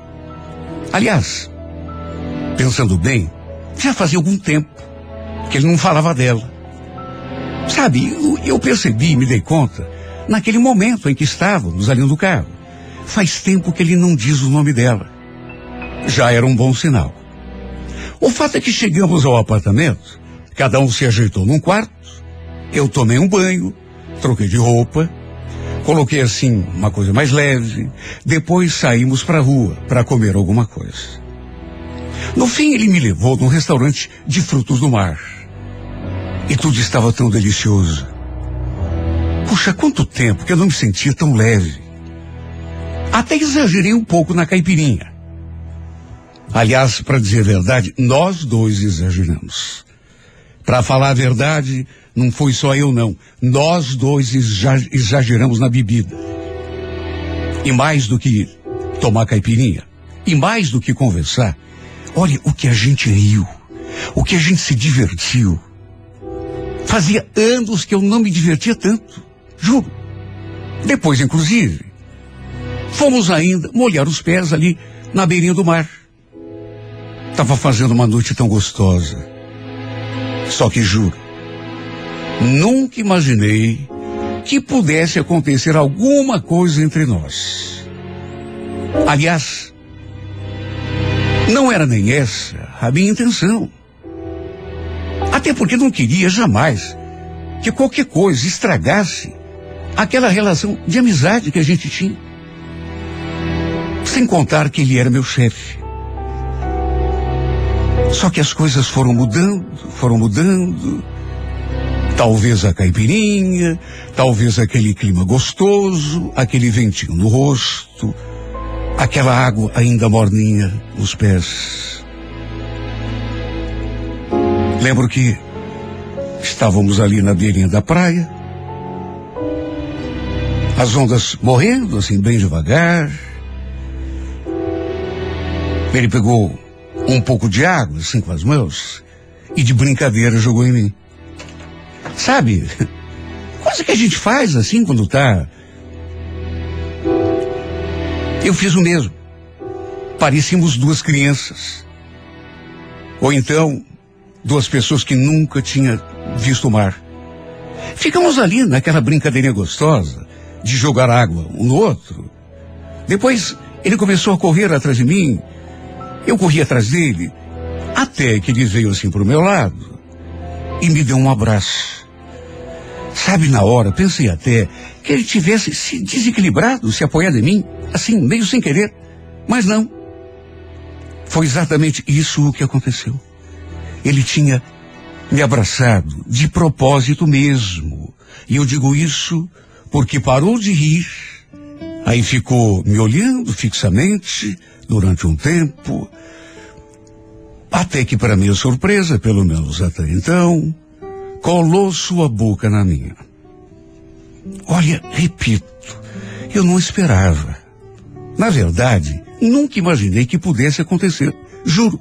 Aliás, pensando bem, já fazia algum tempo que ele não falava dela. Sabe, eu, eu percebi, me dei conta, naquele momento em que estávamos ali no carro. Faz tempo que ele não diz o nome dela. Já era um bom sinal. O fato é que chegamos ao apartamento, cada um se ajeitou num quarto, eu tomei um banho, troquei de roupa, coloquei assim uma coisa mais leve, depois saímos para a rua para comer alguma coisa. No fim ele me levou num restaurante de frutos do mar. E tudo estava tão delicioso. Puxa, quanto tempo que eu não me sentia tão leve. Até exagerei um pouco na caipirinha. Aliás, para dizer a verdade, nós dois exageramos. Para falar a verdade, não foi só eu não. Nós dois exageramos na bebida. E mais do que tomar caipirinha, e mais do que conversar, olha o que a gente riu, o que a gente se divertiu. Fazia anos que eu não me divertia tanto, juro. Depois, inclusive, fomos ainda molhar os pés ali na beirinha do mar. Estava fazendo uma noite tão gostosa. Só que juro, nunca imaginei que pudesse acontecer alguma coisa entre nós. Aliás, não era nem essa a minha intenção. Até porque não queria jamais que qualquer coisa estragasse aquela relação de amizade que a gente tinha. Sem contar que ele era meu chefe. Só que as coisas foram mudando, foram mudando. Talvez a caipirinha, talvez aquele clima gostoso, aquele ventinho no rosto, aquela água ainda morninha nos pés. Lembro que estávamos ali na beirinha da praia, as ondas morrendo assim bem devagar. Ele pegou um pouco de água assim com as mãos e de brincadeira jogou em mim. Sabe, coisa que a gente faz assim quando tá. Eu fiz o mesmo. Parecíamos duas crianças. Ou então, duas pessoas que nunca tinham visto o mar. Ficamos ali naquela brincadeirinha gostosa de jogar água um no outro. Depois, ele começou a correr atrás de mim. Eu corri atrás dele, até que ele veio assim pro meu lado e me deu um abraço. Sabe, na hora, pensei até que ele tivesse se desequilibrado, se apoiado em mim, assim, meio sem querer. Mas não. Foi exatamente isso o que aconteceu. Ele tinha me abraçado de propósito mesmo. E eu digo isso porque parou de rir Aí ficou me olhando fixamente durante um tempo, até que, para minha surpresa, pelo menos até então, colou sua boca na minha. Olha, repito, eu não esperava. Na verdade, nunca imaginei que pudesse acontecer, juro.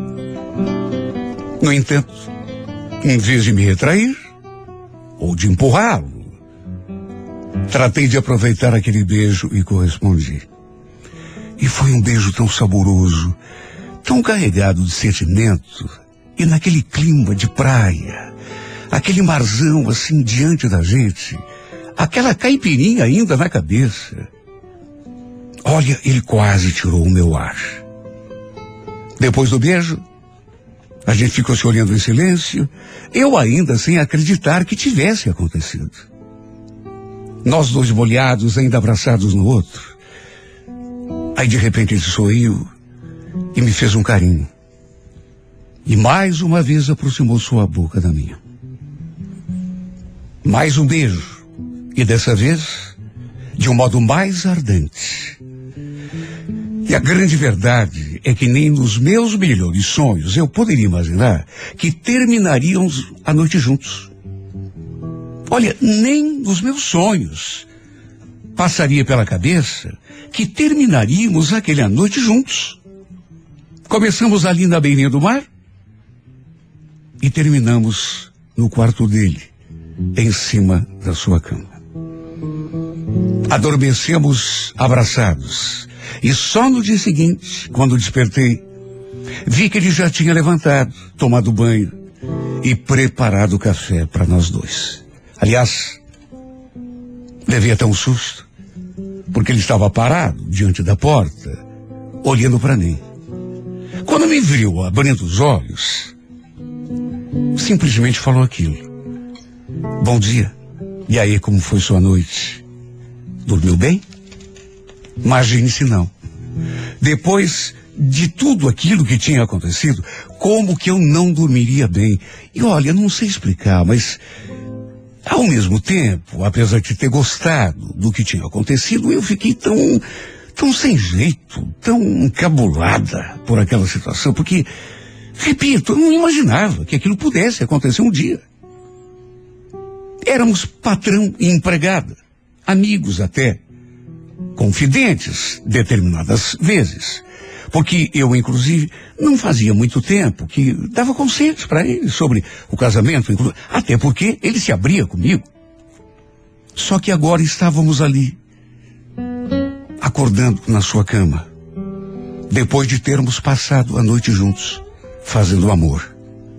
No entanto, em vez de me retrair, ou de empurrá-lo, tratei de aproveitar aquele beijo e correspondi. E foi um beijo tão saboroso, tão carregado de sentimento, e naquele clima de praia, aquele marzão assim diante da gente, aquela caipirinha ainda na cabeça. Olha, ele quase tirou o meu ar. Depois do beijo, a gente ficou se olhando em silêncio, eu ainda sem acreditar que tivesse acontecido. Nós dois molhados, ainda abraçados no outro. Aí de repente ele sorriu e me fez um carinho. E mais uma vez aproximou sua boca da minha. Mais um beijo. E dessa vez, de um modo mais ardente. E a grande verdade é que nem nos meus melhores sonhos eu poderia imaginar que terminaríamos a noite juntos. Olha, nem nos meus sonhos passaria pela cabeça que terminaríamos aquela noite juntos. Começamos ali na beirinha do mar e terminamos no quarto dele, em cima da sua cama. Adormecemos abraçados. E só no dia seguinte, quando despertei, vi que ele já tinha levantado, tomado banho e preparado o café para nós dois. Aliás, levei até um susto, porque ele estava parado diante da porta, olhando para mim. Quando me viu abrindo os olhos, simplesmente falou aquilo. Bom dia. E aí, como foi sua noite? Dormiu bem? Imagine se não. Depois de tudo aquilo que tinha acontecido, como que eu não dormiria bem? E olha, não sei explicar, mas ao mesmo tempo, apesar de ter gostado do que tinha acontecido, eu fiquei tão, tão sem jeito, tão encabulada por aquela situação, porque, repito, eu não imaginava que aquilo pudesse acontecer um dia. Éramos patrão e empregada, amigos até, confidentes determinadas vezes, porque eu, inclusive, não fazia muito tempo que dava conselhos para ele sobre o casamento, até porque ele se abria comigo. Só que agora estávamos ali, acordando na sua cama, depois de termos passado a noite juntos, fazendo amor.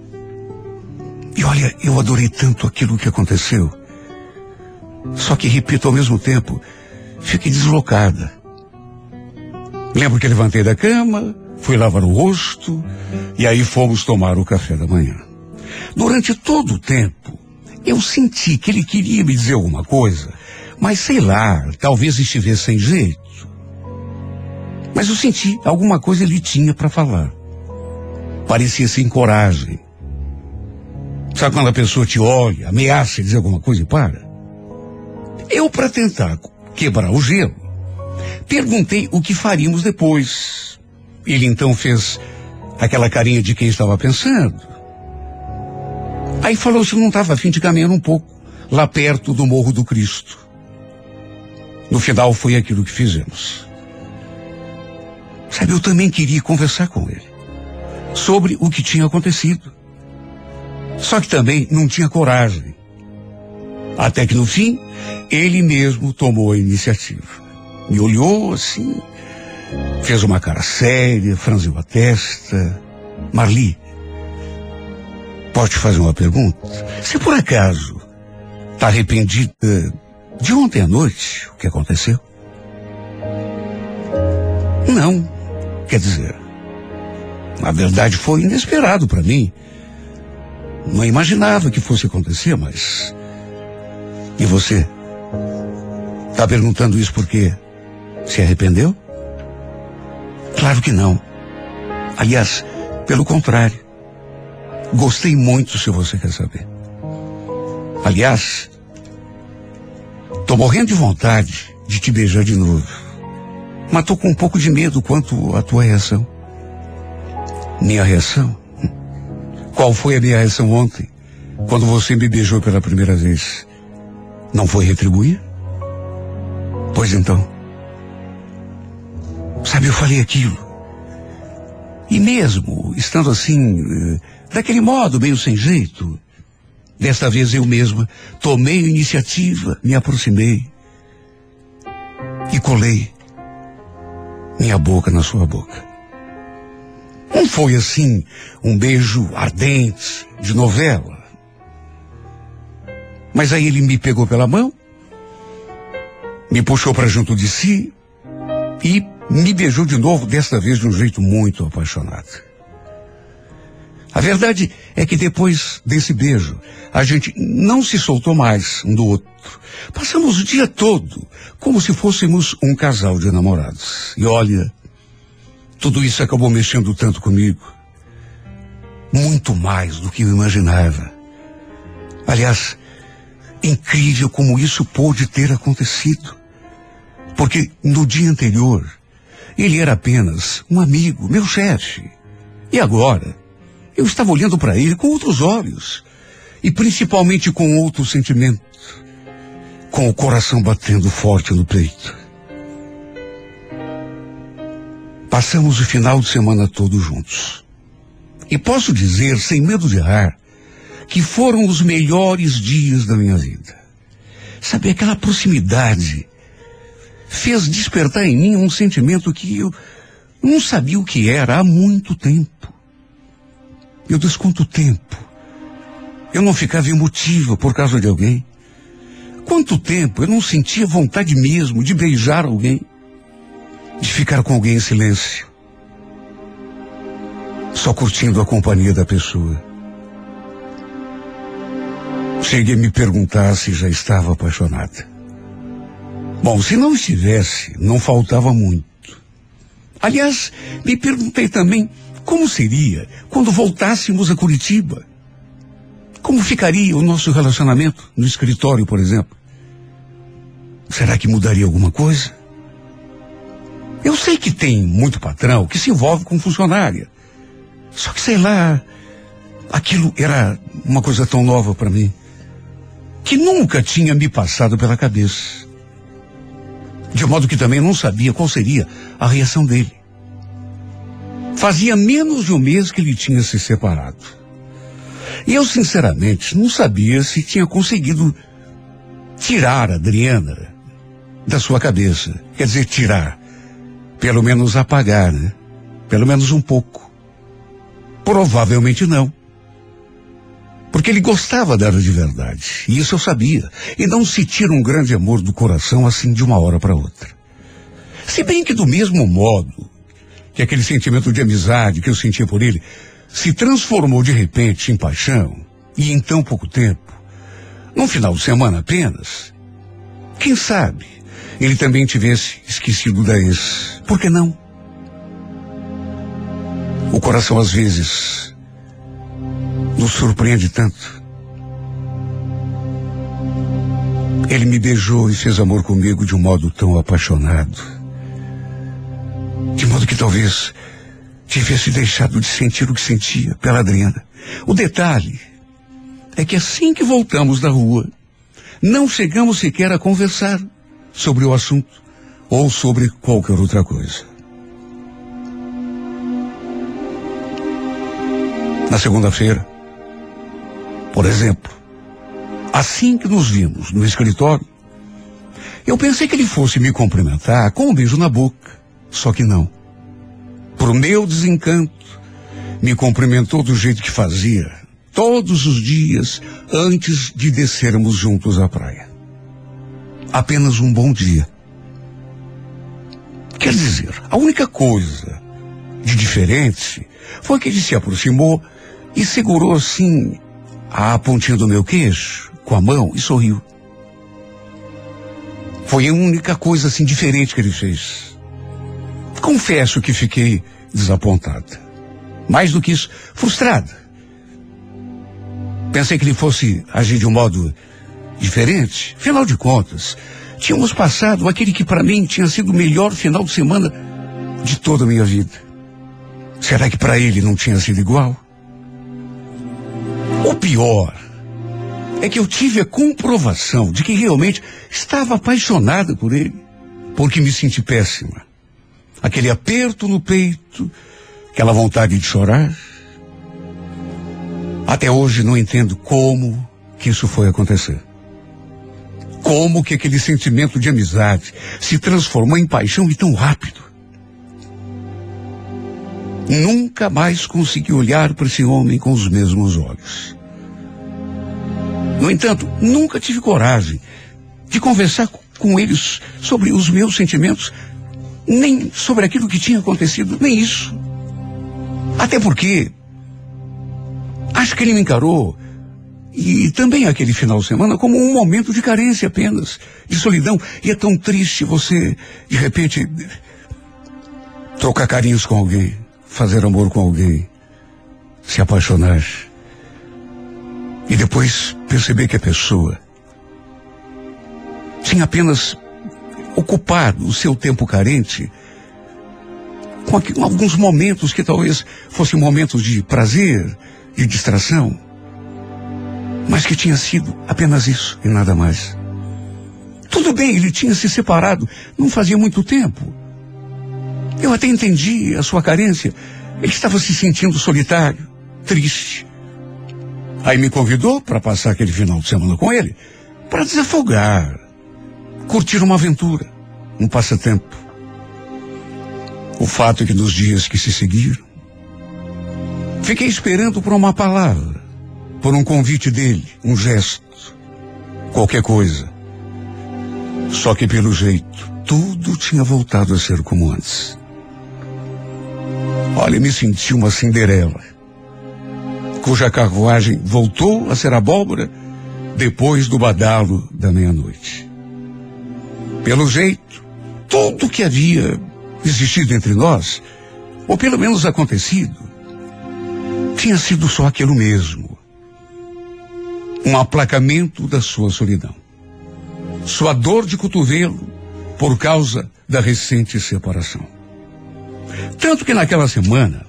E olha, eu adorei tanto aquilo que aconteceu. Só que, repito, ao mesmo tempo, fiquei deslocada. Lembro que levantei da cama, fui lavar o rosto, e aí fomos tomar o café da manhã. Durante todo o tempo, eu senti que ele queria me dizer alguma coisa, mas sei lá, talvez estivesse sem jeito. Mas eu senti alguma coisa ele tinha para falar. Parecia sem coragem. Sabe quando a pessoa te olha, ameaça dizer alguma coisa e para? Eu, para tentar quebrar o gelo, perguntei o que faríamos depois. Ele então fez aquela carinha de quem estava pensando. Aí falou se não estava a fim de caminhar um pouco, lá perto do Morro do Cristo. No final foi aquilo que fizemos. Sabe, eu também queria conversar com ele sobre o que tinha acontecido. Só que também não tinha coragem. Até que no fim, ele mesmo tomou a iniciativa. Me olhou assim, fez uma cara séria, franziu a testa. Marli, posso te fazer uma pergunta? Você por acaso está arrependida de ontem à noite, o que aconteceu? Não, quer dizer, na verdade foi inesperado para mim. Não imaginava que fosse acontecer, mas... E você? Está perguntando isso porque se arrependeu? Claro que não. Aliás, pelo contrário. Gostei muito, se você quer saber. Aliás, Tô morrendo de vontade de te beijar de novo. Mas tô com um pouco de medo quanto à tua reação. Minha reação? Qual foi a minha reação ontem, quando você me beijou pela primeira vez? Não foi retribuir? Pois então. Sabe, eu falei aquilo. E mesmo estando assim, daquele modo, meio sem jeito, desta vez eu mesma tomei a iniciativa, me aproximei e colei minha boca na sua boca. Não foi assim um beijo ardente, de novela. Mas aí ele me pegou pela mão, me puxou para junto de si e me beijou de novo, desta vez de um jeito muito apaixonado. A verdade é que depois desse beijo, a gente não se soltou mais um do outro. Passamos o dia todo como se fôssemos um casal de namorados. E olha, tudo isso acabou mexendo tanto comigo. Muito mais do que eu imaginava. Aliás, incrível como isso pôde ter acontecido. Porque no dia anterior, ele era apenas um amigo, meu chefe. E agora, eu estava olhando para ele com outros olhos. E principalmente com outro sentimento. Com o coração batendo forte no peito. Passamos o final de semana todo juntos. E posso dizer, sem medo de errar, que foram os melhores dias da minha vida. Sabe, aquela proximidade fez despertar em mim um sentimento que eu não sabia o que era há muito tempo. Eu desconto o tempo. Eu não ficava emotiva por causa de alguém. Quanto tempo eu não sentia vontade mesmo de beijar alguém, de ficar com alguém em silêncio, só curtindo a companhia da pessoa. Cheguei a me perguntar se já estava apaixonada. Bom, se não estivesse, não faltava muito. Aliás, me perguntei também como seria quando voltássemos a Curitiba. Como ficaria o nosso relacionamento no escritório, por exemplo? Será que mudaria alguma coisa? Eu sei que tem muito patrão que se envolve com funcionária. Só que, sei lá, aquilo era uma coisa tão nova para mim, que nunca tinha me passado pela cabeça. De modo que também não sabia qual seria a reação dele. Fazia menos de um mês que ele tinha se separado. E eu, sinceramente, não sabia se tinha conseguido tirar a Adriana da sua cabeça. Quer dizer, tirar. Pelo menos apagar, né? Pelo menos um pouco. Provavelmente não. Porque ele gostava dela de verdade. E isso eu sabia. E não se tira um grande amor do coração assim de uma hora para outra. Se bem que do mesmo modo que aquele sentimento de amizade que eu sentia por ele se transformou de repente em paixão, e em tão pouco tempo, num final de semana apenas, quem sabe ele também tivesse esquecido da ex. Por que não? O coração às vezes nos surpreende tanto. Ele me beijou e fez amor comigo de um modo tão apaixonado, de modo que talvez tivesse deixado de sentir o que sentia pela Adriana. O detalhe é que assim que voltamos da rua, não chegamos sequer a conversar sobre o assunto ou sobre qualquer outra coisa. Na segunda-feira, por exemplo, assim que nos vimos no escritório, eu pensei que ele fosse me cumprimentar com um beijo na boca, só que não. Por meu desencanto, me cumprimentou do jeito que fazia todos os dias antes de descermos juntos à praia. Apenas um bom dia. Quer dizer, a única coisa de diferente foi que ele se aproximou e segurou assim a pontinha do meu queixo com a mão e sorriu. Foi a única coisa assim diferente que ele fez. Confesso que fiquei desapontada. Mais do que isso, frustrada. Pensei que ele fosse agir de um modo diferente. Afinal de contas, tínhamos passado aquele que para mim tinha sido o melhor final de semana de toda a minha vida. Será que para ele não tinha sido igual? O pior é que eu tive a comprovação de que realmente estava apaixonada por ele, porque me senti péssima. Aquele aperto no peito, aquela vontade de chorar. Até hoje não entendo como que isso foi acontecer. Como que aquele sentimento de amizade se transformou em paixão e tão rápido. Nunca mais consegui olhar para esse homem com os mesmos olhos. No entanto, nunca tive coragem de conversar com eles sobre os meus sentimentos, nem sobre aquilo que tinha acontecido, nem isso. Até porque acho que ele me encarou, e também aquele final de semana, como um momento de carência apenas, de solidão. E é tão triste você, de repente, trocar carinhos com alguém, fazer amor com alguém, se apaixonar, e depois perceber que a pessoa tinha apenas ocupado o seu tempo carente com aqui, alguns momentos que talvez fossem momentos de prazer, de distração, mas que tinha sido apenas isso e nada mais. Tudo bem, ele tinha se separado não fazia muito tempo. Eu até entendi a sua carência. Ele estava se sentindo solitário, triste. Aí me convidou para passar aquele final de semana com ele, para desafogar, curtir uma aventura, um passatempo. O fato é que nos dias que se seguiram, fiquei esperando por uma palavra, por um convite dele, um gesto, qualquer coisa. Só que pelo jeito, tudo tinha voltado a ser como antes. Olha, me senti uma Cinderela, cuja carruagem voltou a ser abóbora depois do badalo da meia-noite. Pelo jeito, tudo que havia existido entre nós, ou pelo menos acontecido, tinha sido só aquilo mesmo. Um aplacamento da sua solidão. Sua dor de cotovelo por causa da recente separação. Tanto que naquela semana,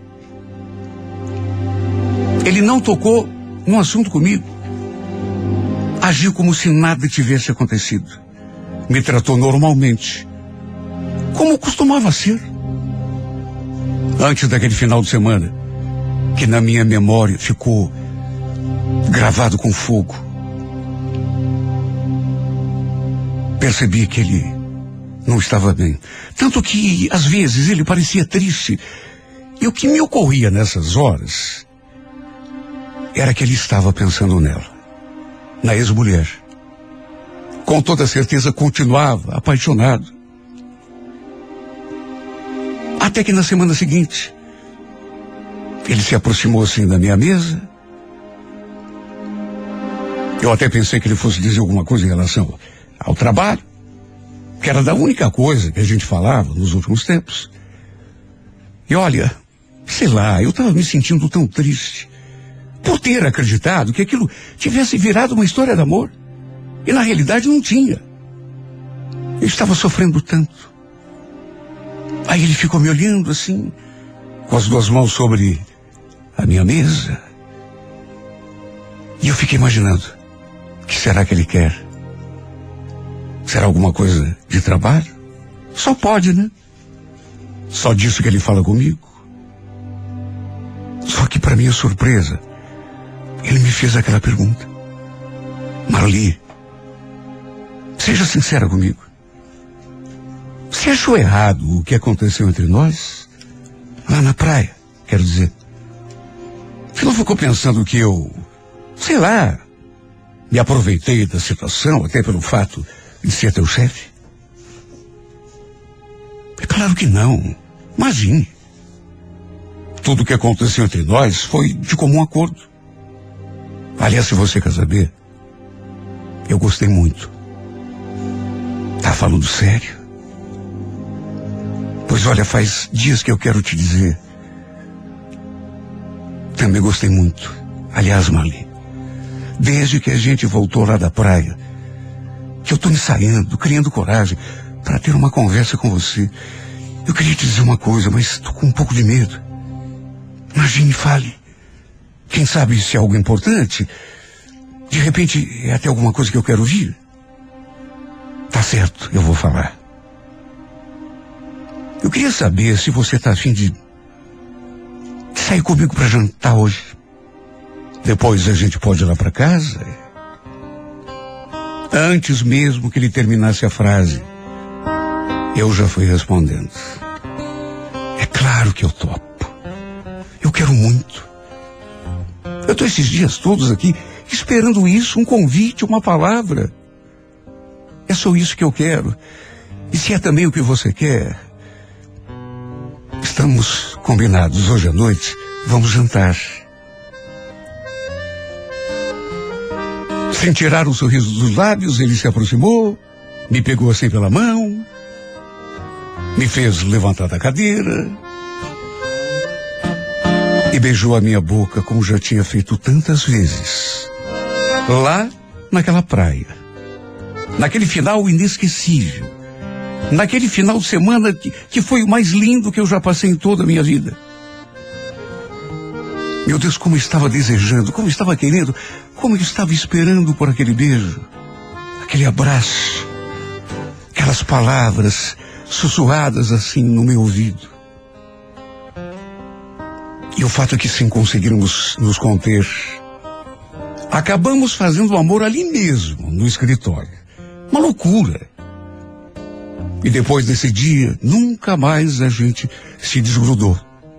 ele não tocou no assunto comigo. Agiu como se nada tivesse acontecido. Me tratou normalmente, como costumava ser. Antes daquele final de semana, que na minha memória ficou gravado com fogo, percebi que ele não estava bem. Tanto que, às vezes, ele parecia triste. E o que me ocorria nessas horas era que ele estava pensando nela, na ex-mulher. Com toda certeza continuava apaixonado. Até que na semana seguinte, ele se aproximou assim da minha mesa. Eu até pensei que ele fosse dizer alguma coisa em relação ao trabalho, que era da única coisa que a gente falava nos últimos tempos. E olha, sei lá, eu estava me sentindo tão triste por ter acreditado que aquilo tivesse virado uma história de amor. E na realidade não tinha. Eu estava sofrendo tanto. Aí ele ficou me olhando assim, com as duas mãos sobre a minha mesa. E eu fiquei imaginando, o que será que ele quer? Será alguma coisa de trabalho? Só pode, né? Só disso que ele fala comigo. Só que para minha surpresa, ele me fez aquela pergunta. Marli, seja sincera comigo. Você achou errado o que aconteceu entre nós? Lá na praia, quero dizer. Você não ficou pensando que eu, sei lá, me aproveitei da situação, até pelo fato de ser teu chefe? É claro que não. Imagine. Tudo o que aconteceu entre nós foi de comum acordo. Aliás, se você quer saber, eu gostei muito. Tá falando sério? Pois olha, faz dias que eu quero te dizer. Também gostei muito. Aliás, Marli, desde que a gente voltou lá da praia, que eu tô ensaiando, criando coragem para ter uma conversa com você. Eu queria te dizer uma coisa, mas tô com um pouco de medo. Imagine, fale. Quem sabe se é algo importante. De repente é até alguma coisa que eu quero ouvir. Tá certo, eu vou falar. Eu queria saber se você tá afim de sair comigo para jantar hoje. Depois a gente pode ir lá para casa. Antes mesmo que ele terminasse a frase, eu já fui respondendo. É claro que eu topo. Eu quero muito. Eu tô esses dias todos aqui esperando isso, um convite, uma palavra. É só isso que eu quero. E se é também o que você quer, estamos combinados hoje à noite, vamos jantar. Sem tirar um sorriso dos lábios, ele se aproximou, me pegou assim pela mão, me fez levantar da cadeira e beijou a minha boca como já tinha feito tantas vezes. Lá naquela praia, naquele final inesquecível, naquele final de semana que, que foi o mais lindo que eu já passei em toda a minha vida. Meu Deus, como eu estava desejando, como eu estava querendo, como eu estava esperando por aquele beijo, aquele abraço, aquelas palavras sussurradas assim no meu ouvido. E o fato é que, sem conseguirmos nos conter, acabamos fazendo amor ali mesmo, no escritório. Uma loucura. E depois desse dia, nunca mais a gente se desgrudou.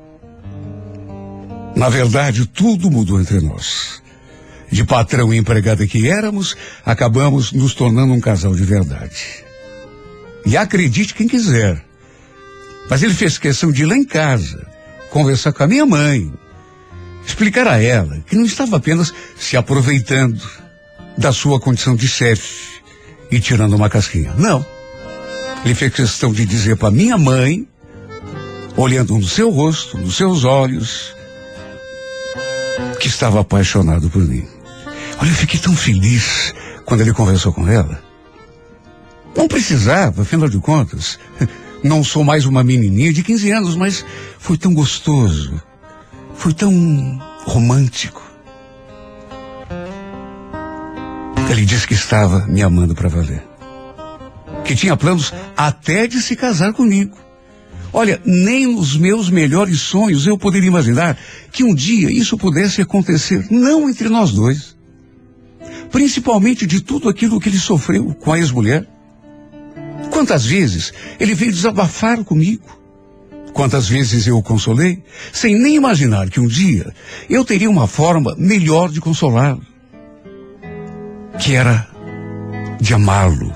Na verdade, tudo mudou entre nós. De patrão e empregada que éramos, acabamos nos tornando um casal de verdade. E acredite quem quiser, mas ele fez questão de ir lá em casa, conversar com a minha mãe, explicar a ela que não estava apenas se aproveitando da sua condição de chefe e tirando uma casquinha. Não. Ele fez questão de dizer para minha mãe, olhando no seu rosto, nos seus olhos, que estava apaixonado por mim. Olha, eu fiquei tão feliz quando ele conversou com ela. Não precisava, afinal de contas. Não sou mais uma menininha de quinze anos, mas foi tão gostoso. Foi tão romântico. Ele disse que estava me amando para valer. Que tinha planos até de se casar comigo. Olha, nem nos meus melhores sonhos eu poderia imaginar que um dia isso pudesse acontecer, não entre nós dois. Principalmente de tudo aquilo que ele sofreu com a ex-mulher. Quantas vezes ele veio desabafar comigo? Quantas vezes eu o consolei, sem nem imaginar que um dia eu teria uma forma melhor de consolá-lo. Que era de amá-lo.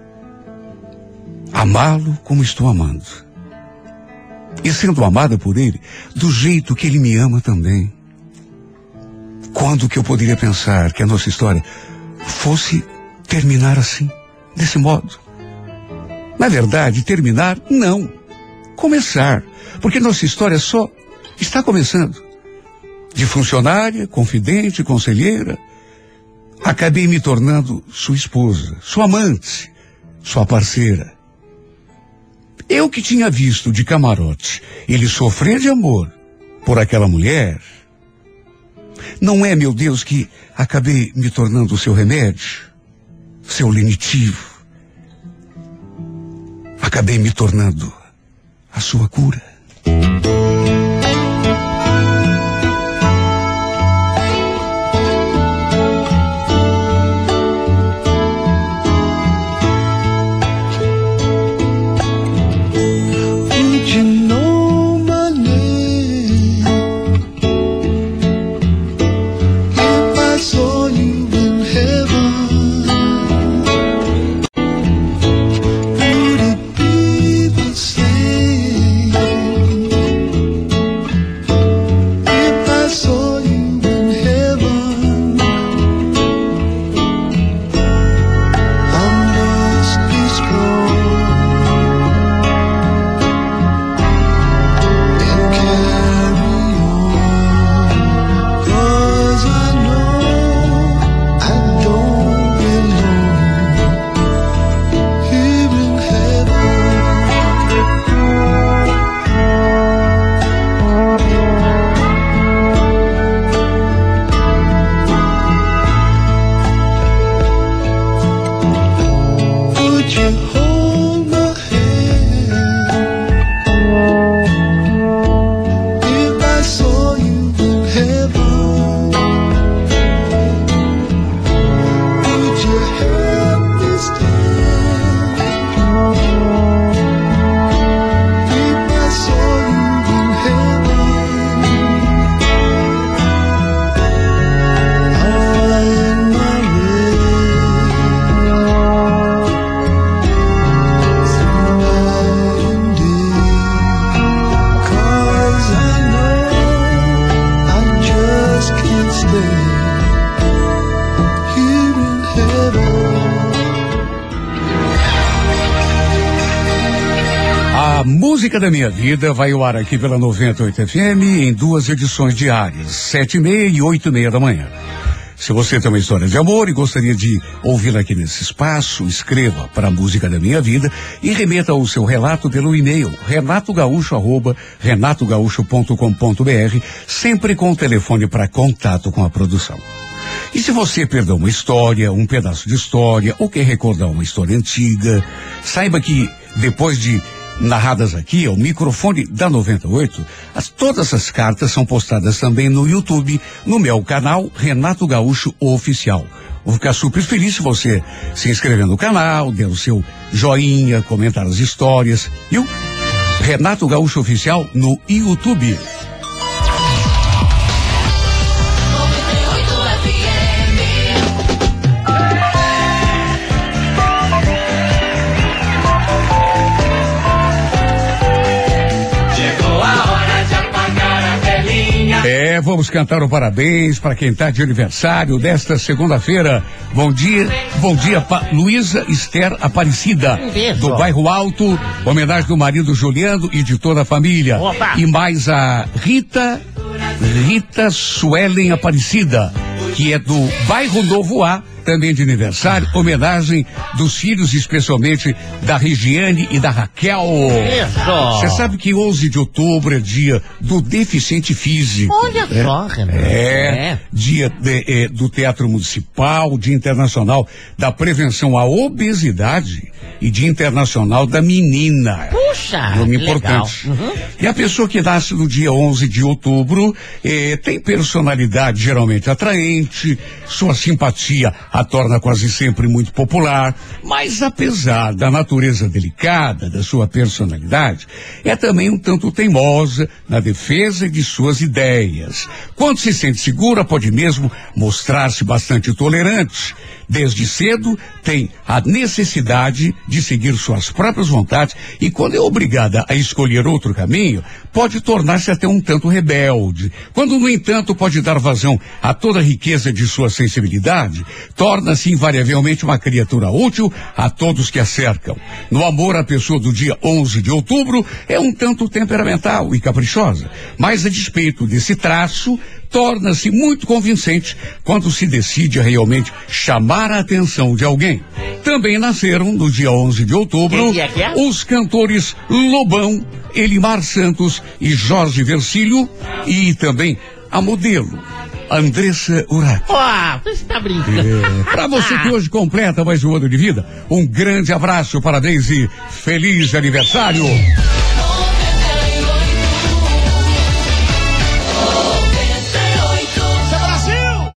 Amá-lo como estou amando. E sendo amada por ele, do jeito que ele me ama também. Quando que eu poderia pensar que a nossa história fosse terminar assim, desse modo? Na verdade, terminar, não. Começar. Porque nossa história só está começando. De funcionária, confidente, conselheira, acabei me tornando sua esposa, sua amante, sua parceira. Eu que tinha visto de camarote ele sofrer de amor por aquela mulher, não é, meu Deus, que acabei me tornando seu remédio, seu lenitivo. Acabei me tornando a sua cura. Would it be the same? Música da Minha Vida vai ao ar aqui pela noventa e oito F M em duas edições diárias, sete e meia e oito e meia da manhã. Se você tem uma história de amor e gostaria de ouvi-la aqui nesse espaço, escreva para a Música da Minha Vida e remeta o seu relato pelo e-mail renatogaúcho arroba renatogaúcho ponto com ponto br, sempre com o telefone para contato com a produção. E se você perdeu uma história, um pedaço de história, ou quer recordar uma história antiga, saiba que depois de narradas aqui ao microfone da noventa e oito, as, todas essas cartas são postadas também no YouTube, no meu canal Renato Gaúcho Oficial. Vou ficar super feliz se você se inscrever no canal, der o seu joinha, comentar as histórias, viu? Renato Gaúcho Oficial no YouTube. É, vamos cantar o parabéns para quem está de aniversário desta segunda-feira. Bom dia, bom dia para Luísa Esther Aparecida, do Bairro Alto, homenagem do marido Juliano e de toda a família. Opa. E mais a Rita, Rita Suelen Aparecida, que é do Bairro Novo A, também de aniversário, homenagem dos filhos, especialmente da Regiane e da Raquel. Você sabe que onze de outubro é dia do deficiente físico. Olha né? só, Renato. É, é. dia de, é, do Teatro Municipal, Dia Internacional da Prevenção à Obesidade e Dia Internacional da Menina. Puxa, nome importante. Uhum. E a pessoa que nasce no dia onze de outubro eh, tem personalidade geralmente atraente, sua simpatia a torna quase sempre muito popular, mas apesar da natureza delicada da sua personalidade, é também um tanto teimosa na defesa de suas ideias. Quando se sente segura, pode mesmo mostrar-se bastante tolerante. Desde cedo tem a necessidade de seguir suas próprias vontades e quando é obrigada a escolher outro caminho, pode tornar-se até um tanto rebelde. Quando, no entanto, pode dar vazão a toda a riqueza de sua sensibilidade, torna-se invariavelmente uma criatura útil a todos que a cercam. No amor, a pessoa do dia onze de outubro é um tanto temperamental e caprichosa, mas a despeito desse traço, torna-se muito convincente quando se decide a realmente chamar a atenção de alguém. Também nasceram, no dia onze de outubro, que é que é? os cantores Lobão, Elimar Santos e Jorge Versilo, e também a modelo Andressa Urach. Ó, você está brincando. É, para você que hoje completa mais um ano de vida, um grande abraço, parabéns e feliz aniversário.